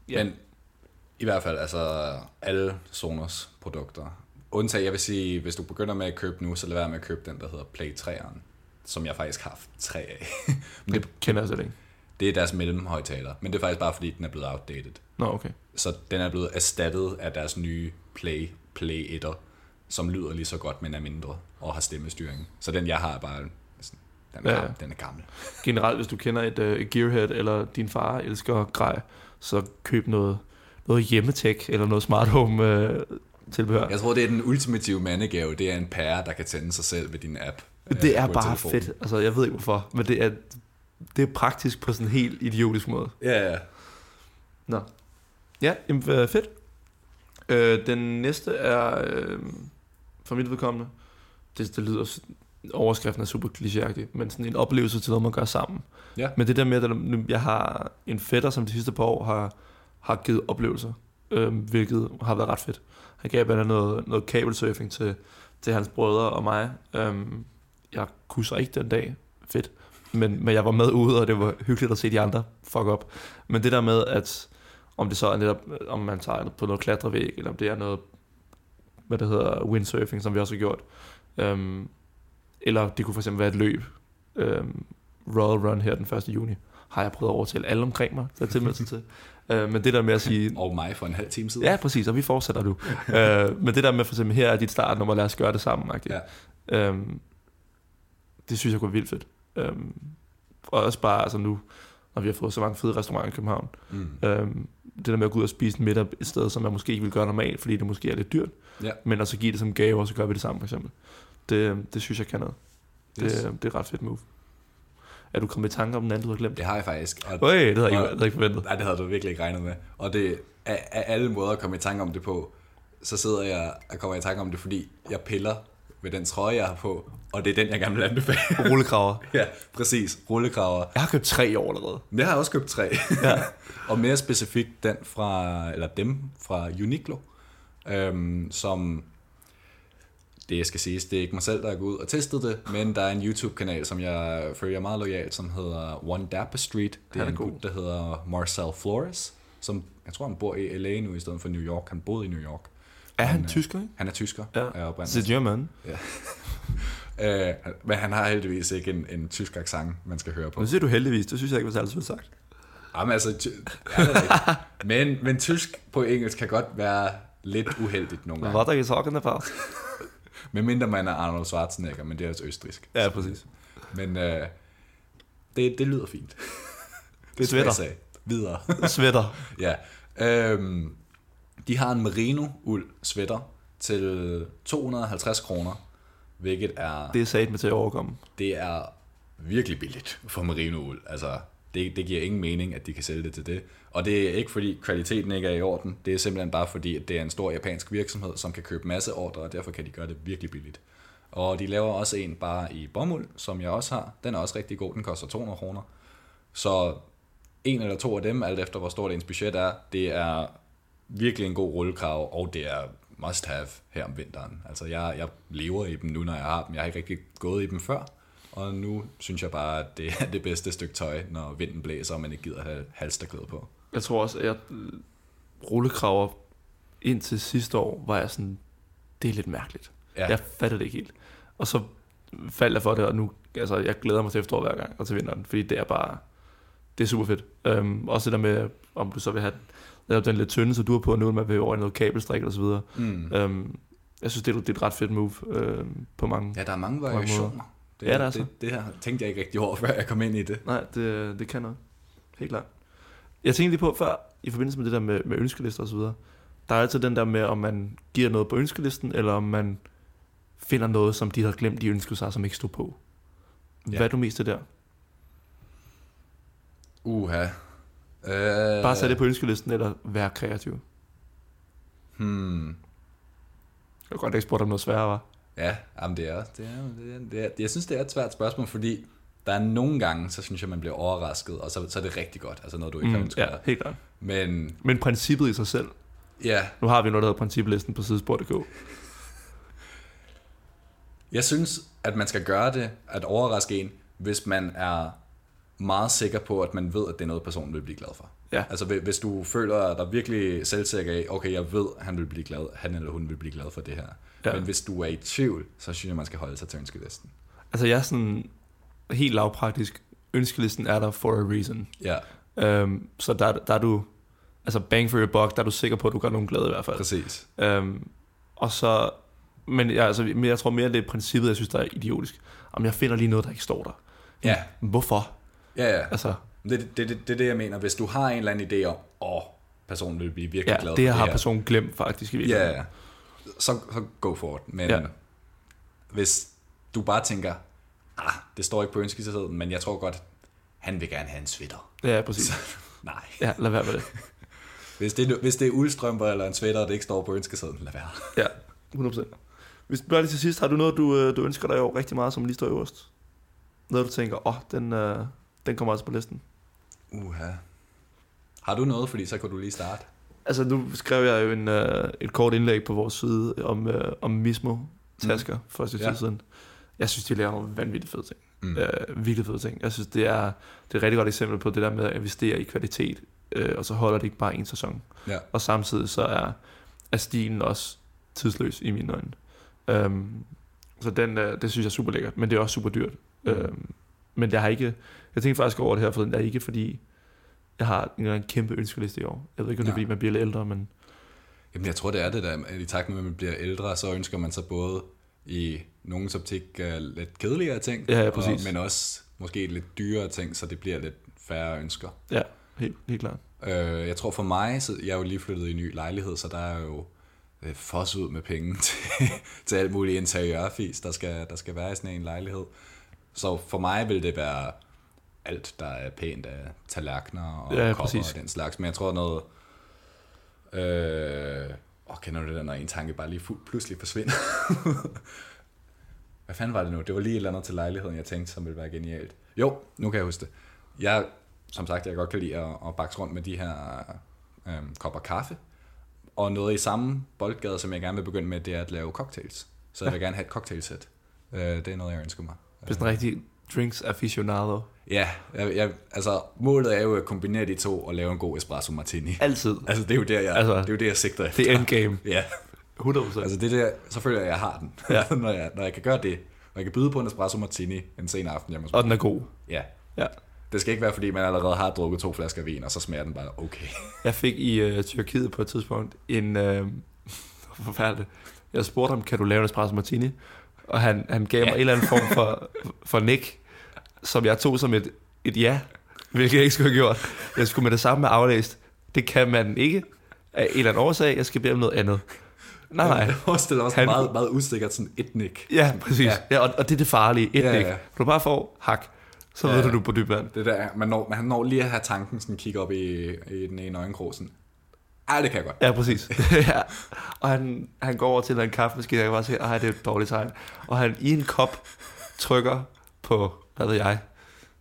S1: i hvert fald, altså alle Sonos produkter. Undtagen, jeg vil sige, hvis du begynder med at købe nu, så lad være med at købe den, der hedder Play 3'eren, som jeg faktisk har haft 3 af.
S2: Men det kender jeg slet ikke.
S1: Det er deres mellemhøjtaler, men det er faktisk bare fordi, den er blevet outdated.
S2: Nå, okay.
S1: Så den er blevet erstattet af deres nye Play 1'er, som lyder lige så godt, men er mindre og har stemmestyring. Så den jeg har er bare, den er gammel.
S2: Generelt, hvis du kender et Gearhead, eller din far elsker grej, så køb noget hjemmetech, eller noget smart home tilbehør.
S1: Jeg tror, det er den ultimative mandegave. Det er en pære, der kan tænde sig selv ved din app.
S2: Det er bare fedt. Altså, jeg ved ikke hvorfor, men det er praktisk på sådan en helt idiotisk måde.
S1: Ja.
S2: Nå. Ja, fedt. Den næste er, for mit vedkommende, det lyder, overskriften er super klichéagtig, men sådan en oplevelse til noget, man gør sammen.
S1: Ja.
S2: Men det der med, at jeg har en fætter, som de sidste par år har givet oplevelser, hvilket har været ret fedt. Han gav blandt andet noget kabelsurfing til hans brødre og mig. Jeg kunne så ikke den dag. Fedt. Men jeg var med ude, og det var hyggeligt at se de andre fuck op. Men det der med, at om det så er netop, om man tager på noget klatrevæg, eller om det er noget, hvad det hedder, windsurfing, som vi også har gjort. Eller det kunne for eksempel være et løb. Royal Run her den 1. juni. Har jeg prøvet at overtale alle omkring mig, der er tilmeldt sig til. Men det der med at sige...
S1: Og mig for en halv time siden.
S2: Ja, præcis, og vi fortsætter nu. Men det der med for eksempel, her er dit startnummer, lad os gøre det sammen. Ja. Det synes jeg kunne være vildt fedt. Og også bare altså nu, når vi har fået så mange fede restauranter i København. Det der med at gå ud og spise middag et sted, som man måske ikke vil gøre normalt, fordi det måske er lidt dyrt. Ja. Men også give det som gave, og så gør vi det sammen for eksempel. Det synes jeg kan noget. Yes. Det er et ret fedt move. Er du kommet i tanker om den anden, du har glemt?
S1: Det har jeg faktisk.
S2: Det havde jeg ikke forventet.
S1: Nej, det havde du virkelig ikke regnet med. Og det af alle måder at komme i tanke om det på, så sidder jeg og kommer i tanke om det, fordi jeg piller ved den trøje, jeg har på, og det er den, jeg gerne vil anbefale.
S2: Rullekraver.
S1: Ja, præcis. Rullekraver.
S2: Jeg har købt 3 år allerede.
S1: Jeg har også købt 3. Ja. Og mere specifikt dem fra Uniqlo, som... Det skal siges, det er ikke mig selv, der er gået ud og testet det, men der er en YouTube-kanal, som jeg følger meget loyalt, som hedder One Dapper Street. Det er en gut, der hedder Marcel Flores, som jeg tror, han bor i LA nu i stedet for New York. Han boede i New York.
S2: Er han tysker, ikke?
S1: Han er tysker.
S2: Ja, c'est German.
S1: Ja. Men han har heldigvis ikke en tysk accent, man skal høre på.
S2: Nu siger du heldigvis, det synes jeg ikke var særligt sagt.
S1: Jamen altså, men tysk på engelsk kan godt være lidt uheldigt nogle gange.
S2: Hvad er der i talking about?
S1: Medmindre man er Arnold Schwarzenegger, men det er også østrigsk.
S2: Ja, præcis.
S1: Men det lyder fint.
S2: Det svætter.
S1: Videre.
S2: Svætter.
S1: Ja. De har en merino-uld sweater til 250 kroner, hvilket er...
S2: Det er sat med til at overkomme.
S1: Det er virkelig billigt for merino-uld. Altså, det giver ingen mening, at de kan sælge det til det. Og det er ikke fordi kvaliteten ikke er i orden. Det er simpelthen bare fordi, at det er en stor japansk virksomhed, som kan købe masse ordre, og derfor kan de gøre det virkelig billigt. Og de laver også en bare i bomuld, som jeg også har. Den er også rigtig god. Den koster 200 kroner. Så en eller to af dem, alt efter hvor stort ens budget er, det er virkelig en god rullekrav, og det er must have her om vinteren. Altså jeg lever i dem nu, når jeg har dem. Jeg har ikke rigtig gået i dem før, og nu synes jeg bare, at det er det bedste stykke tøj, når vinden blæser, og man ikke gider at have halsterklæde på.
S2: Jeg tror også, at jeg rullekraver indtil sidste år, var jeg sådan, det er lidt mærkeligt. Ja. Jeg fattede det ikke helt. Og så faldt jeg for det, og nu, altså jeg glæder mig til efteråret hver gang, og til vinteren, fordi det er bare, det er super fedt. Også det der med, om du så vil have den lidt tynde, så du er på nu, man vil over i noget kabelstrik og så videre. Jeg synes, det er et ret fedt move på mange.
S1: Ja, der er mange variationer.
S2: Det her
S1: tænkte jeg ikke rigtig over, før jeg kom ind i det.
S2: Nej, det kan noget. Helt klart. Jeg tænkte lige på før, i forbindelse med det der med ønskelister og så videre, der er altid den der med, om man giver noget på ønskelisten, eller om man finder noget, som de havde glemt, de ønskede sig, som ikke stod på. Hvad er du mest til der? Bare sætte det på ønskelisten, eller være kreativ? Jeg kan godt ikke spørge om noget sværere, var.
S1: Ja, jamen det er. Jeg synes, det er et svært spørgsmål, fordi der er nogle gange, så synes jeg, man bliver overrasket, og så er det rigtig godt, altså noget, du ikke har ønsket.
S2: Ja, helt klart.
S1: Men
S2: princippet i sig selv.
S1: Ja.
S2: Nu har vi noget, der hedder principlisten på sidespor.dk.
S1: Jeg synes, at man skal gøre det, at overraske en, hvis man er meget sikker på, at man ved, at det er noget, personen vil blive glad for.
S2: Ja.
S1: Altså hvis du føler dig virkelig selvsikker af, okay, jeg ved, han eller hun vil blive glad for det her. Ja. Men hvis du er i tvivl, så synes jeg, man skal holde sig til ønskelisten.
S2: Altså jeg er sådan helt lavpraktisk. Ønskelisten er der for a reason.
S1: Ja.
S2: Så der er du, altså bang for your buck, der er du sikker på, at du gør nogen glæde i hvert fald.
S1: Præcis.
S2: Og så, men jeg tror mere, det er princippet, jeg synes, der er idiotisk. Om jeg finder lige noget, der ikke står der.
S1: Ja.
S2: Hvorfor?
S1: Ja.
S2: Altså,
S1: det er det, jeg mener. Hvis du har en eller anden idé om, personen vil blive virkelig glad for
S2: det har personen glemt faktisk i virkeligheden.
S1: Ja. Så go for it. Men hvis du bare tænker, det står ikke på ønskesedlen, men jeg tror godt, han vil gerne have en sweater.
S2: Ja, præcis.
S1: Så, nej.
S2: Ja, lad være med det.
S1: Hvis det er uldstrømper eller en sweater, og det ikke står på ønskesedlen, lad være.
S2: Ja, 100%. Hvis du bliver lige til sidst, har du noget, du ønsker dig jo rigtig meget, som lige står øverst? Noget, du tænker, den kommer altså på listen?
S1: Har du noget, fordi så kan du lige starte?
S2: Altså, nu skrev jeg jo et kort indlæg på vores side om Mismo-tasker for et tid siden. Jeg synes, de laver nogle vanvittigt fede ting. Virkelig fede ting. Jeg synes, det er et rigtig godt eksempel på det der med at investere i kvalitet, og så holder det ikke bare en sæson.
S1: Ja.
S2: Og samtidig så er stilen også tidsløs i mine øjne. Så det synes jeg er super lækkert, men det er også super dyrt. Men jeg tænkte faktisk over det her, for det er ikke fordi, jeg har en kæmpe ønskeliste i år. Jeg ved ikke, om det er, fordi man bliver lidt ældre, men...
S1: Jamen, jeg tror, det er det der. I takt med, at man bliver ældre, så ønsker man sig både i nogens optik lidt kedeligere ting, men også måske lidt dyrere ting, så det bliver lidt færre ønsker.
S2: Ja, helt klart.
S1: Jeg tror for mig, så jeg er jo lige flyttet i en ny lejlighed, så der er jo fos ud med penge til alt muligt interiørfis, der skal være i sådan en lejlighed. Så for mig vil det være alt, der er pænt af tallerkener og kopper og den slags. Men jeg tror noget... kender du det der, når en tanke bare lige pludselig forsvinder? Hvad fanden var det nu? Det var lige et eller andet til lejligheden, jeg tænkte, som ville være genialt. Jo, nu kan jeg huske det. Som sagt, jeg godt kan lide at bakse rundt med de her kopper kaffe. Og noget i samme boldgade, som jeg gerne vil begynde med, det er at lave cocktails. Så jeg vil gerne have et cocktailsæt. Det er noget, jeg ønsker mig.
S2: Det er sådan en rigtig drinks aficionado.
S1: Ja, altså målet er jo at kombinere de to og lave en god espresso martini.
S2: Altid.
S1: Altså det er jo det, jeg sigter efter.
S2: Det er endgame.
S1: Ja.
S2: 100%.
S1: Altså det der, så føler jeg har den. Ja. når jeg kan gøre det, og jeg kan byde på en espresso martini en sen aften hjemme.
S2: Og den er god.
S1: Ja. Det skal ikke være, fordi man allerede har drukket 2 flasker vin, og så smager den bare okay.
S2: Jeg fik i Tyrkiet på et tidspunkt en... forfærdeligt. Jeg spurgte ham, kan du lave en espresso martini? Og han gav mig en eller anden form for nik, som jeg tog som et ja, hvilket jeg ikke skulle have gjort. Jeg skulle med det samme aflæst. Det kan man ikke af en eller anden årsag. Jeg skal bede om noget andet. Nej.
S1: Det er også meget, meget usikkert, sådan et nik.
S2: Ja, præcis. Ja, og det er det farlige, et nik. Du bare får hak, så ved du på dyb vand.
S1: Det der, man når lige at have tanken, sådan kigge op i den ene øjenkrog, sådan. Ej, det kan jeg godt.
S2: Ja, præcis. Ja. Og han går over til en kaffemaskine, og jeg kan bare sige, ej, det er et dårligt tegn. Og han i en kop trykker på, hvad ved jeg,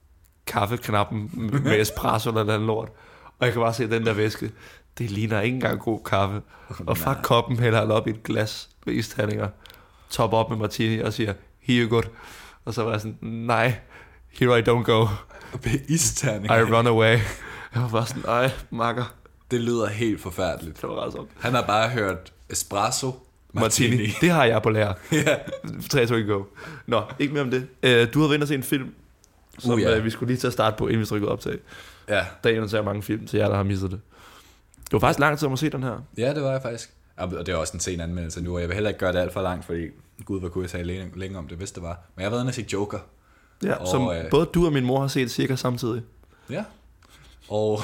S2: kaffeknappen med espresso eller noget lort. Og jeg kan bare se den der væske. Det ligner ikke engang god kaffe. Og fra koppen hælder han op i et glas med isterninger. Top op med martini og siger, here you go. Og så var jeg sådan, nej, here I don't go.
S1: Med isterninger?
S2: I run away. Jeg var bare sådan, ej, makker.
S1: Det lyder helt forfærdeligt.
S2: Det var ret sådan.
S1: Han har bare hørt espresso, martini.
S2: Det har jeg på lære.
S1: Ja.
S2: 3, 2, 1, go. Nå, ikke mere om det. Du har været inde og se en film, som vi skulle lige til at starte på, inden vi trykkede optag.
S1: Ja.
S2: Daniel ser mange film, til jer, der har misset det. Det var faktisk lang tid om at se den her.
S1: Ja, det var jeg faktisk. Og det er også en sen anmeldelse nu, og jeg vil heller ikke gøre det alt for langt, fordi gud, hvor kunne jeg tale længe om det, hvis det var. Men jeg har været inde og se Joker.
S2: Ja, og, som både du og min mor har set cirka samtidig.
S1: Ja. Og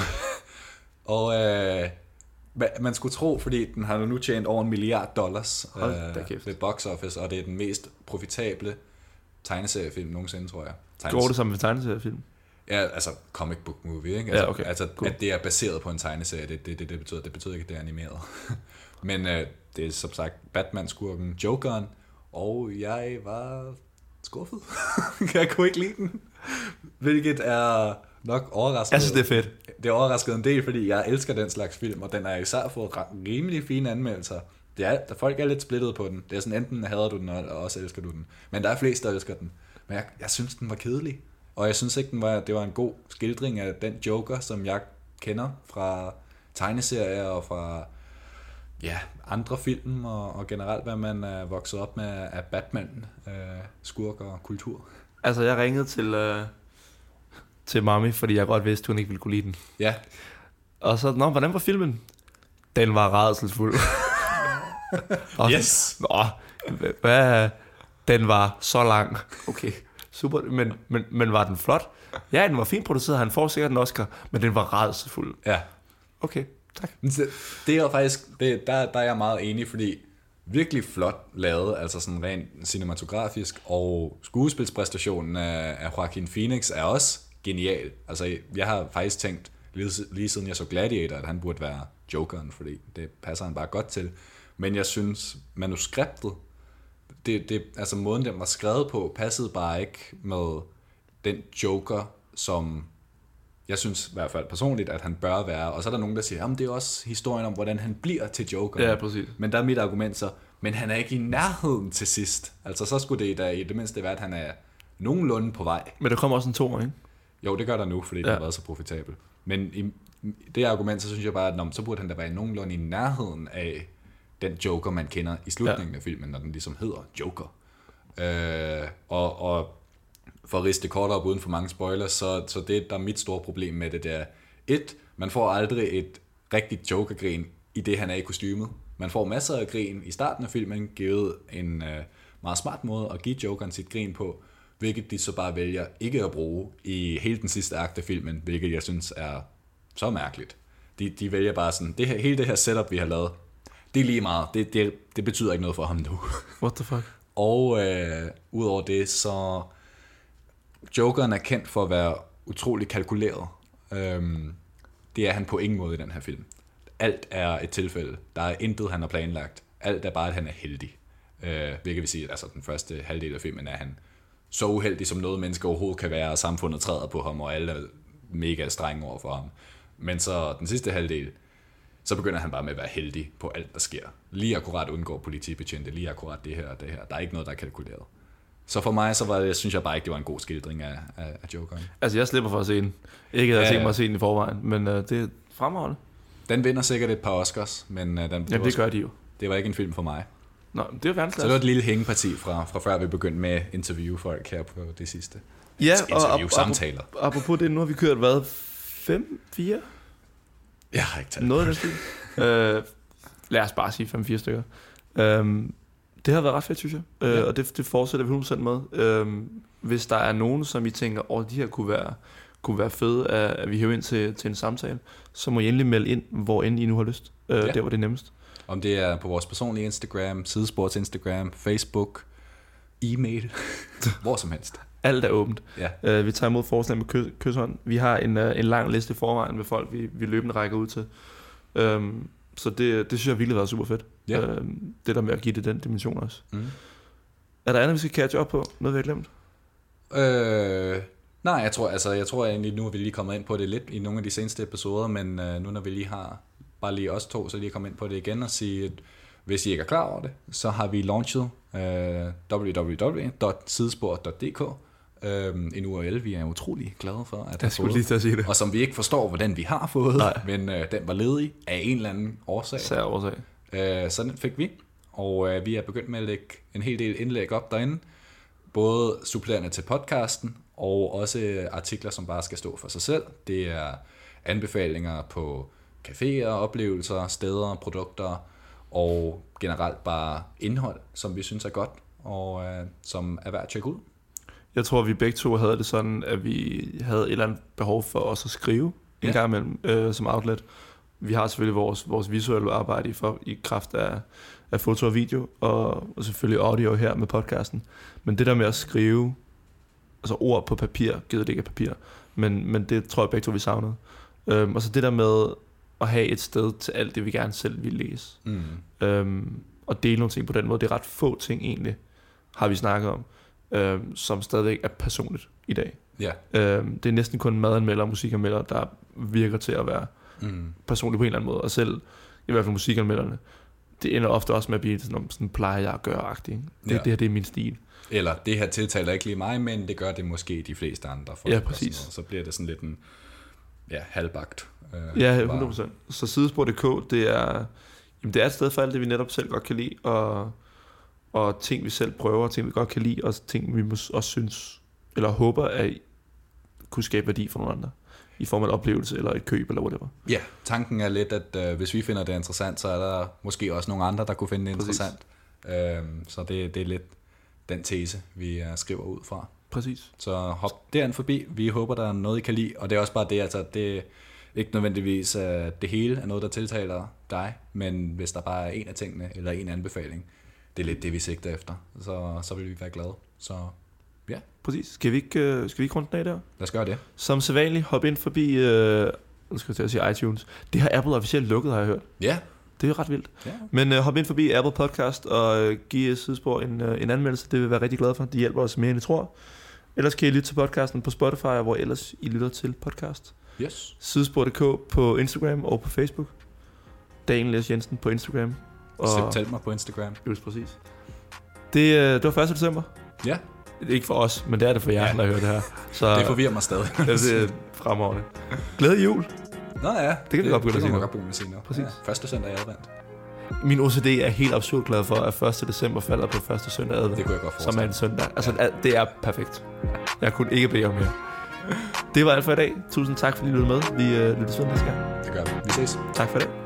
S1: man skulle tro, fordi den har nu tjent over $1 milliard ved box office, og det er den mest profitable tegneseriefilm nogensinde, tror jeg.
S2: Går det sammen med tegneseriefilm?
S1: Ja, altså comic book movie, ikke? Altså,
S2: ja, okay.
S1: Altså cool. At det er baseret på en tegneserie, det betyder ikke, at det er animeret. Men det er som sagt Batman-skurken Jokeren, og jeg var skuffet. Jeg kunne ikke lide den, hvilket er nok overraskende.
S2: Jeg synes, det er fedt.
S1: Det er overrasket en del, fordi jeg elsker den slags film, og den er især fået rimelig fine anmeldelser. Folk er lidt splittet på den. Det er sådan, enten hader du den, eller også elsker du den. Men der er flest, der elsker den. Men jeg synes, den var kedelig. Og jeg synes ikke, det var en god skildring af den Joker, som jeg kender fra tegneserier og fra andre film, og generelt, hvad man er vokset op med af Batman, skurker og kultur.
S2: Altså, jeg ringede til mami, fordi jeg godt vidste, hun ikke ville kunne lide den.
S1: Ja.
S2: Og så, hvordan var filmen? Den var rædselsfuld.
S1: Yes!
S2: Den var så lang. Okay, super. Men var den flot? Ja, den var fint produceret. Han får sikkert en Oscar, men den var rædselsfuld.
S1: Ja.
S2: Okay, tak.
S1: Det er faktisk, der er jeg meget enig, fordi virkelig flot lavet, altså sådan rent cinematografisk, og skuespilspræstationen af Joaquin Phoenix er også genial. Altså, jeg har faktisk tænkt, lige siden jeg så Gladiator, at han burde være Jokeren, fordi det passer han bare godt til. Men jeg synes, manuskriptet, altså måden, den var skrevet på, passede bare ikke med den Joker, som jeg synes i hvert fald personligt, at han bør være. Og så er der nogen, der siger, det er også historien om, hvordan han bliver til Joker.
S2: Ja, præcis.
S1: Men der er mit argument så, men han er ikke i nærheden til sidst. Altså, så skulle det da i det mindste være, at han er nogenlunde på vej.
S2: Men der kommer også en 2'er, ikke?
S1: Jo, det gør der nu, fordi det har været så profitabel. Men i det argument, så synes jeg bare, at så burde han da være nogenlunde i nærheden af den Joker, man kender i slutningen af filmen, når den ligesom hedder Joker. Og for at riste det kort op uden for mange spoilers, så det, der er mit store problem med det, der man får aldrig et rigtigt Joker-grin i det, han er i kostymet. Man får masser af grin i starten af filmen, givet en meget smart måde at give Jokeren sit grin på, hvilket de så bare vælger ikke at bruge i hele den sidste akt af filmen, hvilket jeg synes er så mærkeligt. De vælger bare sådan, hele det her setup, vi har lavet, det er lige meget. Det betyder ikke noget for ham nu.
S2: What the fuck?
S1: Og udover det, så Jokeren er kendt for at være utrolig kalkuleret. Det er han på ingen måde i den her film. Alt er et tilfælde. Der er intet, han har planlagt. Alt er bare, at han er heldig. Hvilket vil sige, at altså, den første halvdel af filmen er han så uheldig, som noget menneske overhovedet kan være, og samfundet træder på ham, og alle er mega strenge over for ham. Men så den sidste halvdel, så begynder han bare med at være heldig på alt, der sker. Lige akkurat undgår politibetjente, lige akkurat det her og det her. Der er ikke noget, der er kalkuleret. Så for mig, synes jeg bare ikke, det var en god skildring af Jokeren.
S2: Altså, jeg slipper for at se den. Ikke at jeg tænkt mig at se den i forvejen, men det er fremragende.
S1: Den vinder sikkert et par Oscars, men
S2: det gør de jo.
S1: Det var ikke en film for mig.
S2: Nå, det er verdensklasse.
S1: Så det var et lille hængeparti fra før vi begyndte med at interviewe folk her på det sidste.
S2: Ja,
S1: samtaler.
S2: Apropos det, nu har vi kørt, 5-4?
S1: Jeg har ikke taget
S2: noget af den stil. Lad os bare sige 5-4 stykker. Det har været ret fedt, synes jeg. Og det fortsætter vi 100% med. Hvis der er nogen, som I tænker, de her kunne være fede, at vi hæver ind til en samtale, så må I endelig melde ind, hvor end I nu har lyst. Der var det nemmest.
S1: Om det er på vores personlige Instagram, Sidesports Instagram, Facebook, e-mail, hvor som helst.
S2: Alt er åbent.
S1: Ja.
S2: Vi tager imod forslag med kysshånd. Vi har en lang liste i forvejen med folk, vi løbende rækker ud til. Så det synes jeg virkelig har været super fedt.
S1: Ja.
S2: Det der med at give det den dimension også. Er der andet, vi skal catch op på? Noget, vi har glemt?
S1: Nej, jeg tror egentlig, nu er vi lige kommet ind på det lidt i nogle af de seneste episoder, men nu når vi lige har bare lige os to, så lige kommet ind på det igen og sige, at hvis I ikke er klar over det, så har vi launchet www.sidespor.dk, en URL, vi er utrolig glade for at have fået,
S2: lige til at sige det.
S1: og som vi ikke forstår, hvordan vi har fået, men den var ledig af en eller anden årsag.
S2: Sær årsag.
S1: Så den fik vi, og vi er begyndt med at lægge en hel del indlæg op derinde, både supplerende til podcasten, og også artikler, som bare skal stå for sig selv. Det er anbefalinger på caféer, oplevelser, steder, produkter, og generelt bare indhold, som vi synes er godt, og som er værd at tjekke ud.
S2: Jeg tror, vi begge to havde det sådan, at vi havde et eller andet behov for os at skrive en gang imellem som outlet. Vi har selvfølgelig vores visuelle arbejde i kraft af foto og video, og selvfølgelig audio her med podcasten. Men det der med at skrive, altså ord på papir, gider det ikke af papir, men det tror jeg begge to, vi savnede. Og så det der med at have et sted til alt det, vi gerne selv vil læse. Og dele nogle ting på den måde. Det er ret få ting egentlig, har vi snakket om, som stadigvæk er personligt i dag.
S1: Ja.
S2: Det er næsten kun madanmelder og musikanmelder, der virker til at være personligt på en eller anden måde. Og selv, i hvert fald musikanmelderne, det ender ofte også med at blive sådan plejer jeg at gøre-agtigt. Det her, det er min stil.
S1: Eller det her tiltaler ikke lige mig, men det gør det måske de fleste andre folk.
S2: Ja, præcis.
S1: Så bliver det sådan lidt en halvbagt.
S2: Ja, 100%. Så sidespor.dk, det er et sted for alt det, vi netop selv godt kan lide, og ting, vi selv prøver, ting, vi godt kan lide, og ting, vi også synes, eller håber, at kunne skabe værdi for nogle andre, i form af en oplevelse, eller et køb, eller whatever.
S1: Ja, tanken er lidt, at hvis vi finder det interessant, så er der måske også nogle andre, der kunne finde det interessant. Så det er lidt den tese, vi skriver ud fra.
S2: Præcis.
S1: Så hop derind forbi. Vi håber, der er noget, I kan lide. Og det er også bare det, altså det er ikke nødvendigvis det hele er noget, der tiltaler dig, men hvis der bare er en af tingene, eller en anbefaling, det er lidt det, vi sigter efter. Så vil vi være glade. Så ja.
S2: Præcis. Skal vi ikke runde den af der?
S1: Lad os gøre det.
S2: Som sædvanligt, hop ind forbi, nu skal jeg til at sige iTunes. Det har Apple officielt lukket, har jeg hørt.
S1: Ja.
S2: Det er jo ret vildt.
S1: Ja.
S2: Men hop ind forbi Apple Podcast og giv Sidespor en anmeldelse. Det vil vi være rigtig glade for. Det hjælper os mere, end I tror. Ellers kan I lytte til podcasten på Spotify, hvor ellers I lytter til podcast.
S1: Yes.
S2: Sidespor.dk på Instagram og på Facebook. Daniel Læs Jensen på Instagram.
S1: Og September på Instagram.
S2: Just præcis. Det var 1. december.
S1: Ja.
S2: Ikke for os, men det er det for jer, der hører det her. Så
S1: det forvirrer mig stadig.
S2: Det er fremragende. Glædelig jul.
S1: Nå ja.
S2: Det kan vi godt begynde at
S1: sige nu.
S2: Præcis.
S1: Ja, første søndag i advent.
S2: Min OCD er helt absurd glad for, at 1. december falder på første søndag advent.
S1: Det kunne jeg godt forestille.
S2: Som er en søndag. Altså, det er perfekt. Jeg kunne ikke bede om mere. Det var alt for i dag. Tusind tak, fordi I lyttede med. Vi lyttes ved næste gang.
S1: Det gør vi. Vi ses.
S2: Tak for det.